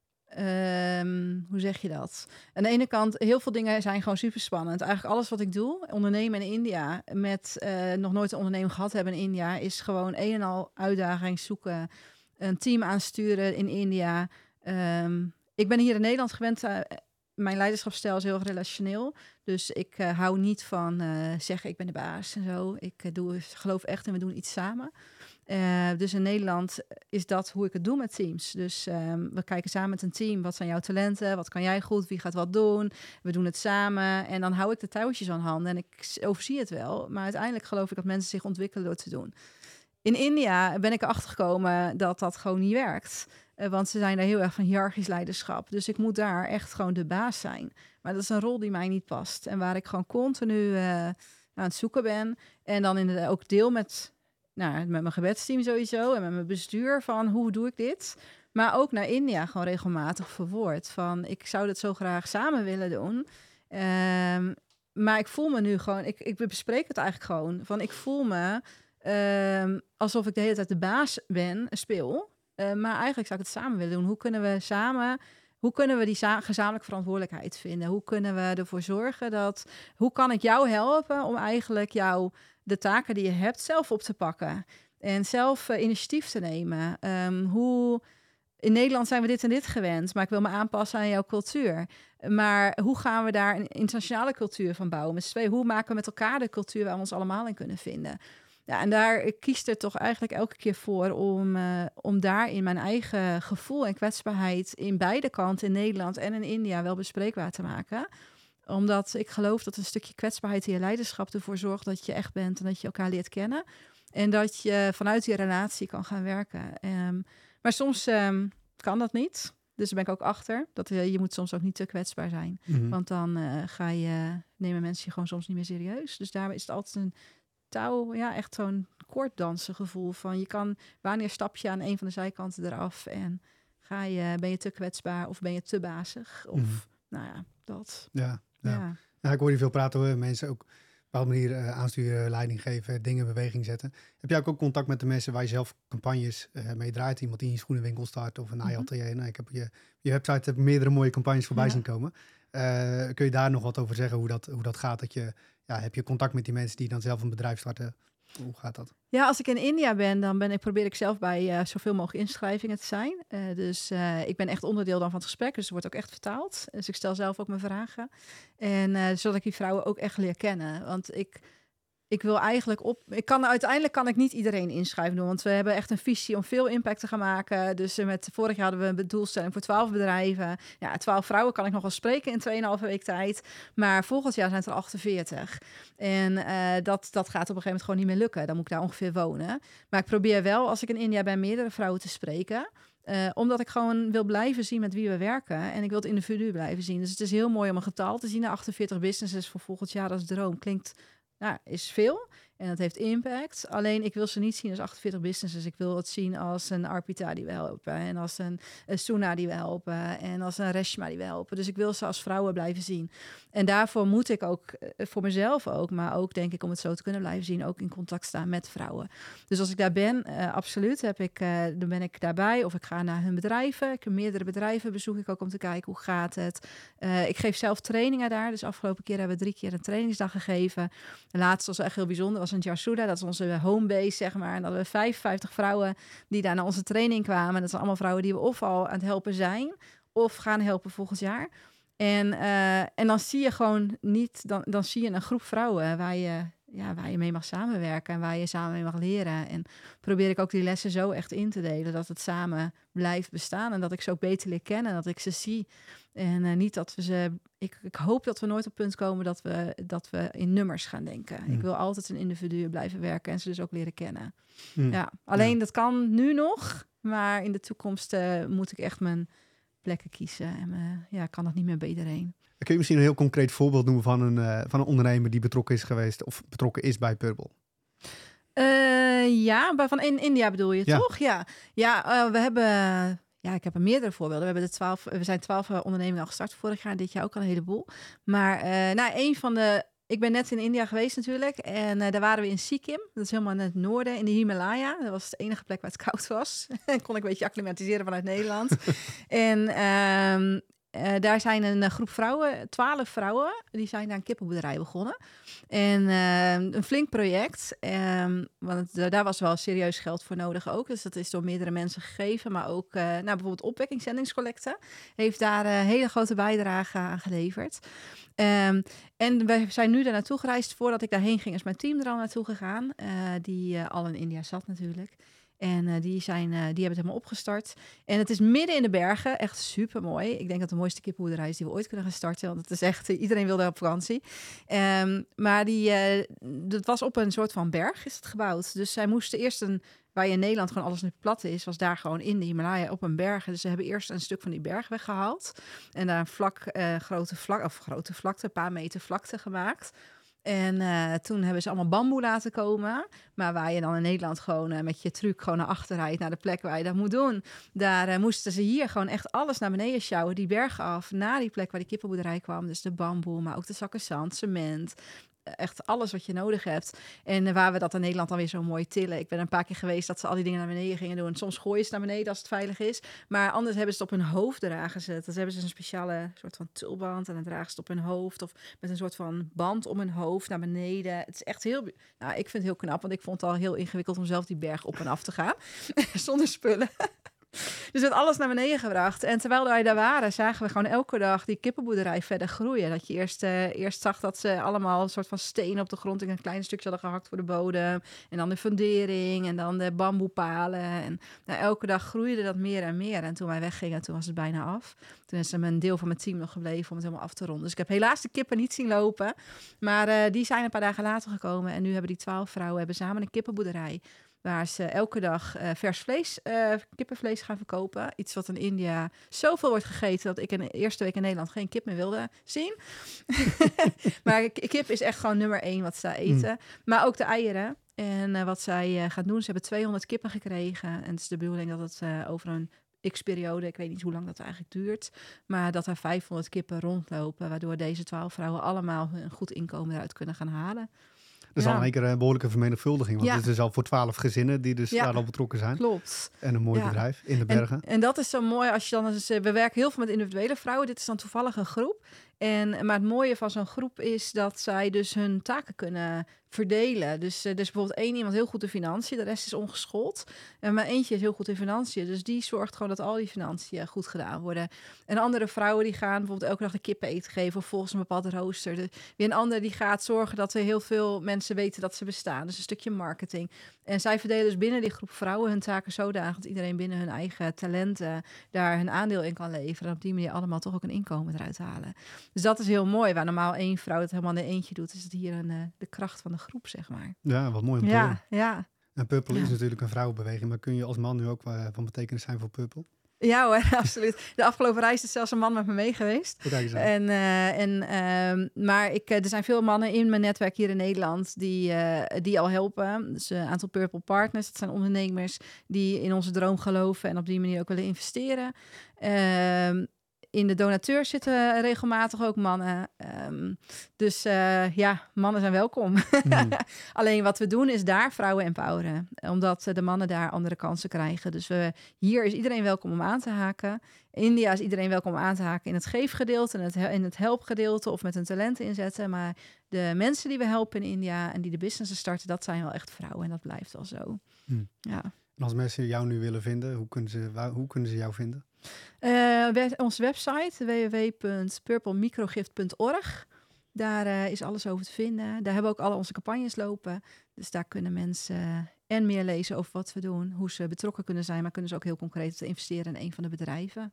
um, hoe zeg je dat? Aan de ene kant, heel veel dingen zijn gewoon super spannend. Eigenlijk alles wat ik doe, ondernemen in India, met uh, nog nooit een onderneming gehad hebben in India, is gewoon een en al uitdaging zoeken, een team aansturen in India. Um, ik ben hier in Nederland gewend. Uh, Mijn leiderschapsstijl is heel erg relationeel. Dus ik uh, hou niet van uh, zeggen ik ben de baas en zo. Ik uh, doe, geloof echt en we doen iets samen. Uh, dus in Nederland is dat hoe ik het doe met teams. Dus um, we kijken samen met een team. Wat zijn jouw talenten? Wat kan jij goed? Wie gaat wat doen? We doen het samen. En dan hou ik de touwtjes aan handen. En ik overzie het wel. Maar uiteindelijk geloof ik dat mensen zich ontwikkelen door te doen. In India ben ik erachter gekomen dat dat gewoon niet werkt. Uh, want ze zijn daar heel erg van hiërarchisch leiderschap. Dus ik moet daar echt gewoon de baas zijn. Maar dat is een rol die mij niet past. En waar ik gewoon continu uh, aan het zoeken ben. En dan inderdaad ook deel met, nou, met mijn gebedsteam sowieso. En met mijn bestuur van hoe doe ik dit. Maar ook naar India gewoon regelmatig verwoord. Van ik zou dit zo graag samen willen doen. Um, maar ik voel me nu gewoon, ik, ik bespreek het eigenlijk gewoon. Van ik voel me um, alsof ik de hele tijd de baas ben, speel. Uh, maar eigenlijk zou ik het samen willen doen. Hoe kunnen we samen, hoe kunnen we die za- gezamenlijke verantwoordelijkheid vinden? Hoe kunnen we ervoor zorgen dat, hoe kan ik jou helpen om eigenlijk jou de taken die je hebt zelf op te pakken en zelf uh, initiatief te nemen? Um, hoe in Nederland zijn we dit en dit gewend, maar ik wil me aanpassen aan jouw cultuur. Maar hoe gaan we daar een internationale cultuur van bouwen? Met z'n tweeën, hoe maken we met elkaar de cultuur waar we ons allemaal in kunnen vinden? Ja, en daar kiest er toch eigenlijk elke keer voor om, uh, om daar in mijn eigen gevoel en kwetsbaarheid in beide kanten, in Nederland en in India, wel bespreekbaar te maken. Omdat ik geloof dat een stukje kwetsbaarheid in je leiderschap ervoor zorgt dat je echt bent en dat je elkaar leert kennen. En dat je vanuit die relatie kan gaan werken. Um, maar soms um, kan dat niet. Dus daar ben ik ook achter. Dat uh, je moet soms ook niet te kwetsbaar zijn. Mm-hmm. Want dan uh, ga je, nemen mensen je gewoon soms niet meer serieus. Dus daar is het altijd een touw, ja, echt zo'n koorddansen gevoel van je kan, wanneer stap je aan een van de zijkanten eraf en ga je, ben je te kwetsbaar of ben je te bazig of mm. nou ja, dat. Ja, ja. ja. Nou, ik hoor je veel praten over mensen ook op een bepaalde manier uh, aansturen, leiding geven, dingen in beweging zetten. Heb jij ook, ook contact met de mensen waar je zelf campagnes uh, mee draait? Iemand die in je schoenenwinkel start of een naaiatelier? Mm-hmm. Nou, ik heb je, je website heb meerdere mooie campagnes voorbij ja. zien komen. Uh, kun je daar nog wat over zeggen hoe dat, hoe dat gaat? Dat je, ja, heb je contact met die mensen die dan zelf een bedrijf starten? Hoe gaat dat? Ja, als ik in India ben, dan ben ik, probeer ik zelf bij uh, zoveel mogelijk inschrijvingen te zijn. Uh, dus uh, ik ben echt onderdeel dan van het gesprek. Dus er wordt ook echt vertaald. Dus ik stel zelf ook mijn vragen. En uh, zodat ik die vrouwen ook echt leer kennen. Want ik, ik wil eigenlijk op... Ik kan, uiteindelijk kan ik niet iedereen inschrijven doen. Want we hebben echt een visie om veel impact te gaan maken. Dus uh, met vorig jaar hadden we een doelstelling voor twaalf bedrijven. Ja, twaalf vrouwen kan ik nog wel spreken in tweeënhalve week tijd. Maar volgend jaar zijn het er achtenveertig. En uh, dat, dat gaat op een gegeven moment gewoon niet meer lukken. Dan moet ik daar ongeveer wonen. Maar ik probeer wel, als ik in India ben, meerdere vrouwen te spreken. Uh, omdat ik gewoon wil blijven zien met wie we werken. En ik wil het individu blijven zien. Dus het is heel mooi om een getal te zien. achtenveertig businesses voor volgend jaar als droom. Klinkt... Nou, is veel en dat heeft impact. Alleen ik wil ze niet zien als achtenveertig businesses. Ik wil het zien als een Arpita die we helpen. En als een, een Suna die we helpen. En als een Reshma die we helpen. Dus ik wil ze als vrouwen blijven zien. En daarvoor moet ik ook, voor mezelf ook, maar ook denk ik om het zo te kunnen blijven zien, ook in contact staan met vrouwen. Dus als ik daar ben, uh, absoluut, heb ik, uh, dan ben ik daarbij. Of ik ga naar hun bedrijven. Ik heb meerdere bedrijven bezoek ik ook om te kijken hoe gaat het. Uh, ik geef zelf trainingen daar. Dus afgelopen keer hebben we drie keer een trainingsdag gegeven. De laatste was echt heel bijzonder, was in Jarsuda. Dat is onze homebase, zeg maar. En dat we vijfenvijftig vrouwen die daar naar onze training kwamen. Dat zijn allemaal vrouwen die we of al aan het helpen zijn, of gaan helpen volgend jaar. En, uh, en dan zie je gewoon niet, dan, dan zie je een groep vrouwen waar je, ja, waar je mee mag samenwerken en waar je samen mee mag leren. En probeer ik ook die lessen zo echt in te delen, dat het samen blijft bestaan en dat ik ze ook beter leer kennen, dat ik ze zie. En uh, niet dat we ze... Ik, ik hoop dat we nooit op het punt komen dat we, dat we in nummers gaan denken. Mm. Ik wil altijd een individu blijven werken en ze dus ook leren kennen. Mm. Ja, alleen ja. dat kan nu nog, maar in de toekomst uh, moet ik echt mijn plekken kiezen. En uh, ja, kan dat niet meer bij iedereen. Kun je misschien een heel concreet voorbeeld noemen van een, uh, van een ondernemer die betrokken is geweest of betrokken is bij Purple? Uh, ja, van in India bedoel je, ja. toch? Ja, ja uh, we hebben... ja, ik heb er meerdere voorbeelden. We, hebben de twaalf, we zijn twaalf uh, ondernemingen al gestart vorig jaar. Dit jaar ook al een heleboel. Maar uh, nou, een van de... Ik ben net in India geweest natuurlijk. En uh, daar waren we in Sikkim. Dat is helemaal in het noorden, in de Himalaya. Dat was de enige plek waar het koud was. En kon ik een beetje acclimatiseren vanuit Nederland. en uh, uh, daar zijn een uh, groep vrouwen, twaalf vrouwen, die zijn daar een kippenboerderij begonnen. En uh, een flink project. Um, want uh, daar was wel serieus geld voor nodig ook. Dus dat is door meerdere mensen gegeven. Maar ook uh, nou, bijvoorbeeld opwekkingszendingscollecte heeft daar een uh, hele grote bijdrage aan geleverd. Um, en we zijn nu daar naartoe gereisd. Voordat ik daarheen ging, is mijn team er al naartoe gegaan. Uh, die uh, al in India zat natuurlijk. En uh, die, zijn, uh, die hebben het helemaal opgestart. En het is midden in de bergen. Echt super mooi. Ik denk dat het de mooiste kippenboerderij is die we ooit kunnen gaan starten. Want het is echt, uh, iedereen wilde op vakantie. Um, maar die, uh, dat was op een soort van berg is het gebouwd. Dus zij moesten eerst een... Waar je in Nederland gewoon alles nu plat is, was daar gewoon in de Himalaya op een berg. Dus ze hebben eerst een stuk van die berg weggehaald. En daar een vlak, uh, grote vlak, of grote vlakte, een paar meter vlakte gemaakt. En uh, toen hebben ze allemaal bamboe laten komen. Maar waar je dan in Nederland gewoon uh, met je truck gewoon naar achter rijdt, naar de plek waar je dat moet doen. Daar uh, moesten ze hier gewoon echt alles naar beneden sjouwen. Die berg af, naar die plek waar die kippenboerderij kwam. Dus de bamboe, maar ook de zakken zand, cement. Echt alles wat je nodig hebt. En uh, waar we dat in Nederland dan weer zo mooi tillen. Ik ben een paar keer geweest dat ze al die dingen naar beneden gingen doen. Soms gooien ze naar beneden als het veilig is. Maar anders hebben ze het op hun hoofd dragen ze het. Dan hebben ze een speciale soort van tulband. En dan dragen ze het op hun hoofd. Of met een soort van band om hun hoofd naar beneden. Het is echt heel... Nou, ik vind het heel knap. Want ik vond het al heel ingewikkeld om zelf die berg op en af te gaan. Zonder spullen. Dus het alles naar beneden gebracht. En terwijl wij daar waren, zagen we gewoon elke dag die kippenboerderij verder groeien. Dat je eerst, uh, eerst zag dat ze allemaal een soort van stenen op de grond in een klein stukje hadden gehakt voor de bodem. En dan de fundering en dan de bamboepalen. En nou, elke dag groeide dat meer en meer. En toen wij weggingen, toen was het bijna af. Toen is er een deel van mijn team nog gebleven om het helemaal af te ronden. Dus ik heb helaas de kippen niet zien lopen. Maar uh, die zijn een paar dagen later gekomen. En nu hebben die twaalf vrouwen hebben samen een kippenboerderij. Waar ze elke dag uh, vers vlees, uh, kippenvlees gaan verkopen. Iets wat in India zoveel wordt gegeten dat ik in de eerste week in Nederland geen kip meer wilde zien. Maar kip is echt gewoon nummer één wat ze eten. Mm. Maar ook de eieren. En uh, wat zij uh, gaat doen, ze hebben tweehonderd kippen gekregen. En het is de bedoeling dat het uh, over een x-periode, ik weet niet hoe lang dat eigenlijk duurt, maar dat er vijfhonderd kippen rondlopen, waardoor deze twaalf vrouwen allemaal een goed inkomen eruit kunnen gaan halen. Dat is ja. al in één keer een behoorlijke vermenigvuldiging. Want ja. het is al voor twaalf gezinnen die dus ja. daar al betrokken zijn. Klopt. En een mooi ja. bedrijf in de bergen. En, en dat is zo mooi als je dan... Dus, we werken heel veel met individuele vrouwen. Dit is dan toevallig een groep. En, maar het mooie van zo'n groep is dat zij dus hun taken kunnen verdelen. Dus er uh, is bijvoorbeeld één iemand heel goed in financiën, de rest is ongeschoold. En maar eentje is heel goed in financiën, dus die zorgt gewoon dat al die financiën goed gedaan worden. En andere vrouwen die gaan bijvoorbeeld elke dag de kippen eten geven of volgens een bepaald rooster. Dus weer een andere die gaat zorgen dat er heel veel mensen weten dat ze bestaan. Dus een stukje marketing. En zij verdelen dus binnen die groep vrouwen hun taken zodanig dat iedereen binnen hun eigen talenten daar hun aandeel in kan leveren. En op die manier allemaal toch ook een inkomen eruit halen. Dus dat is heel mooi. Waar normaal één vrouw het helemaal in eentje doet, is het hier een, uh, de kracht van de groep, zeg maar. Ja, wat mooi om te ja, horen. Ja, En Purple ja. is natuurlijk een vrouwenbeweging, maar kun je als man nu ook uh, van betekenis zijn voor Purple? Ja hoor, absoluut. De afgelopen reis is zelfs een man met me mee geweest. En, uh, en, uh, maar ik, uh, er zijn veel mannen in mijn netwerk hier in Nederland die, uh, die al helpen. Dus een aantal Purple Partners, dat zijn ondernemers die in onze droom geloven en op die manier ook willen investeren. Uh, In de donateurs zitten regelmatig ook mannen. Um, dus uh, ja, mannen zijn welkom. Mm. Alleen wat we doen is daar vrouwen empoweren. Omdat uh, de mannen daar andere kansen krijgen. Dus we, hier is iedereen welkom om aan te haken. In India is iedereen welkom om aan te haken in het geefgedeelte, in het, in het helpgedeelte of met hun talenten inzetten. Maar de mensen die we helpen in India en die de businessen starten, dat zijn wel echt vrouwen. En dat blijft wel zo. Mm. Ja. En als mensen jou nu willen vinden, hoe kunnen ze, waar, hoe kunnen ze jou vinden? Uh, onze website w w w punt purple microgift punt org. Daar uh, is alles over te vinden. Daar hebben we ook alle onze campagnes lopen. Dus daar kunnen mensen uh, en meer lezen over wat we doen. Hoe ze betrokken kunnen zijn. Maar kunnen ze ook heel concreet investeren in een van de bedrijven.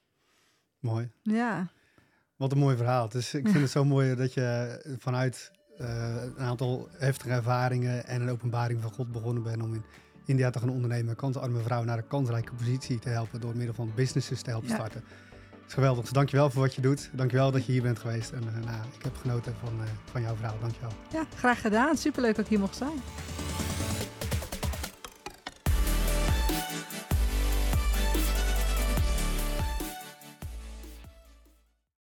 Mooi. Ja. Wat een mooi verhaal. Dus ik vind het zo mooi dat je vanuit uh, een aantal heftige ervaringen en een openbaring van God begonnen bent om in India te gaan ondernemen, kansarme vrouwen naar een kansrijke positie te helpen door middel van businesses te helpen ja. starten. Het is geweldig. Dus dankjewel voor wat je doet. Dankjewel dat je hier bent geweest. En uh, nou, ik heb genoten van, uh, van jouw verhaal. Dankjewel. Ja, graag gedaan. Superleuk dat ik hier mocht zijn.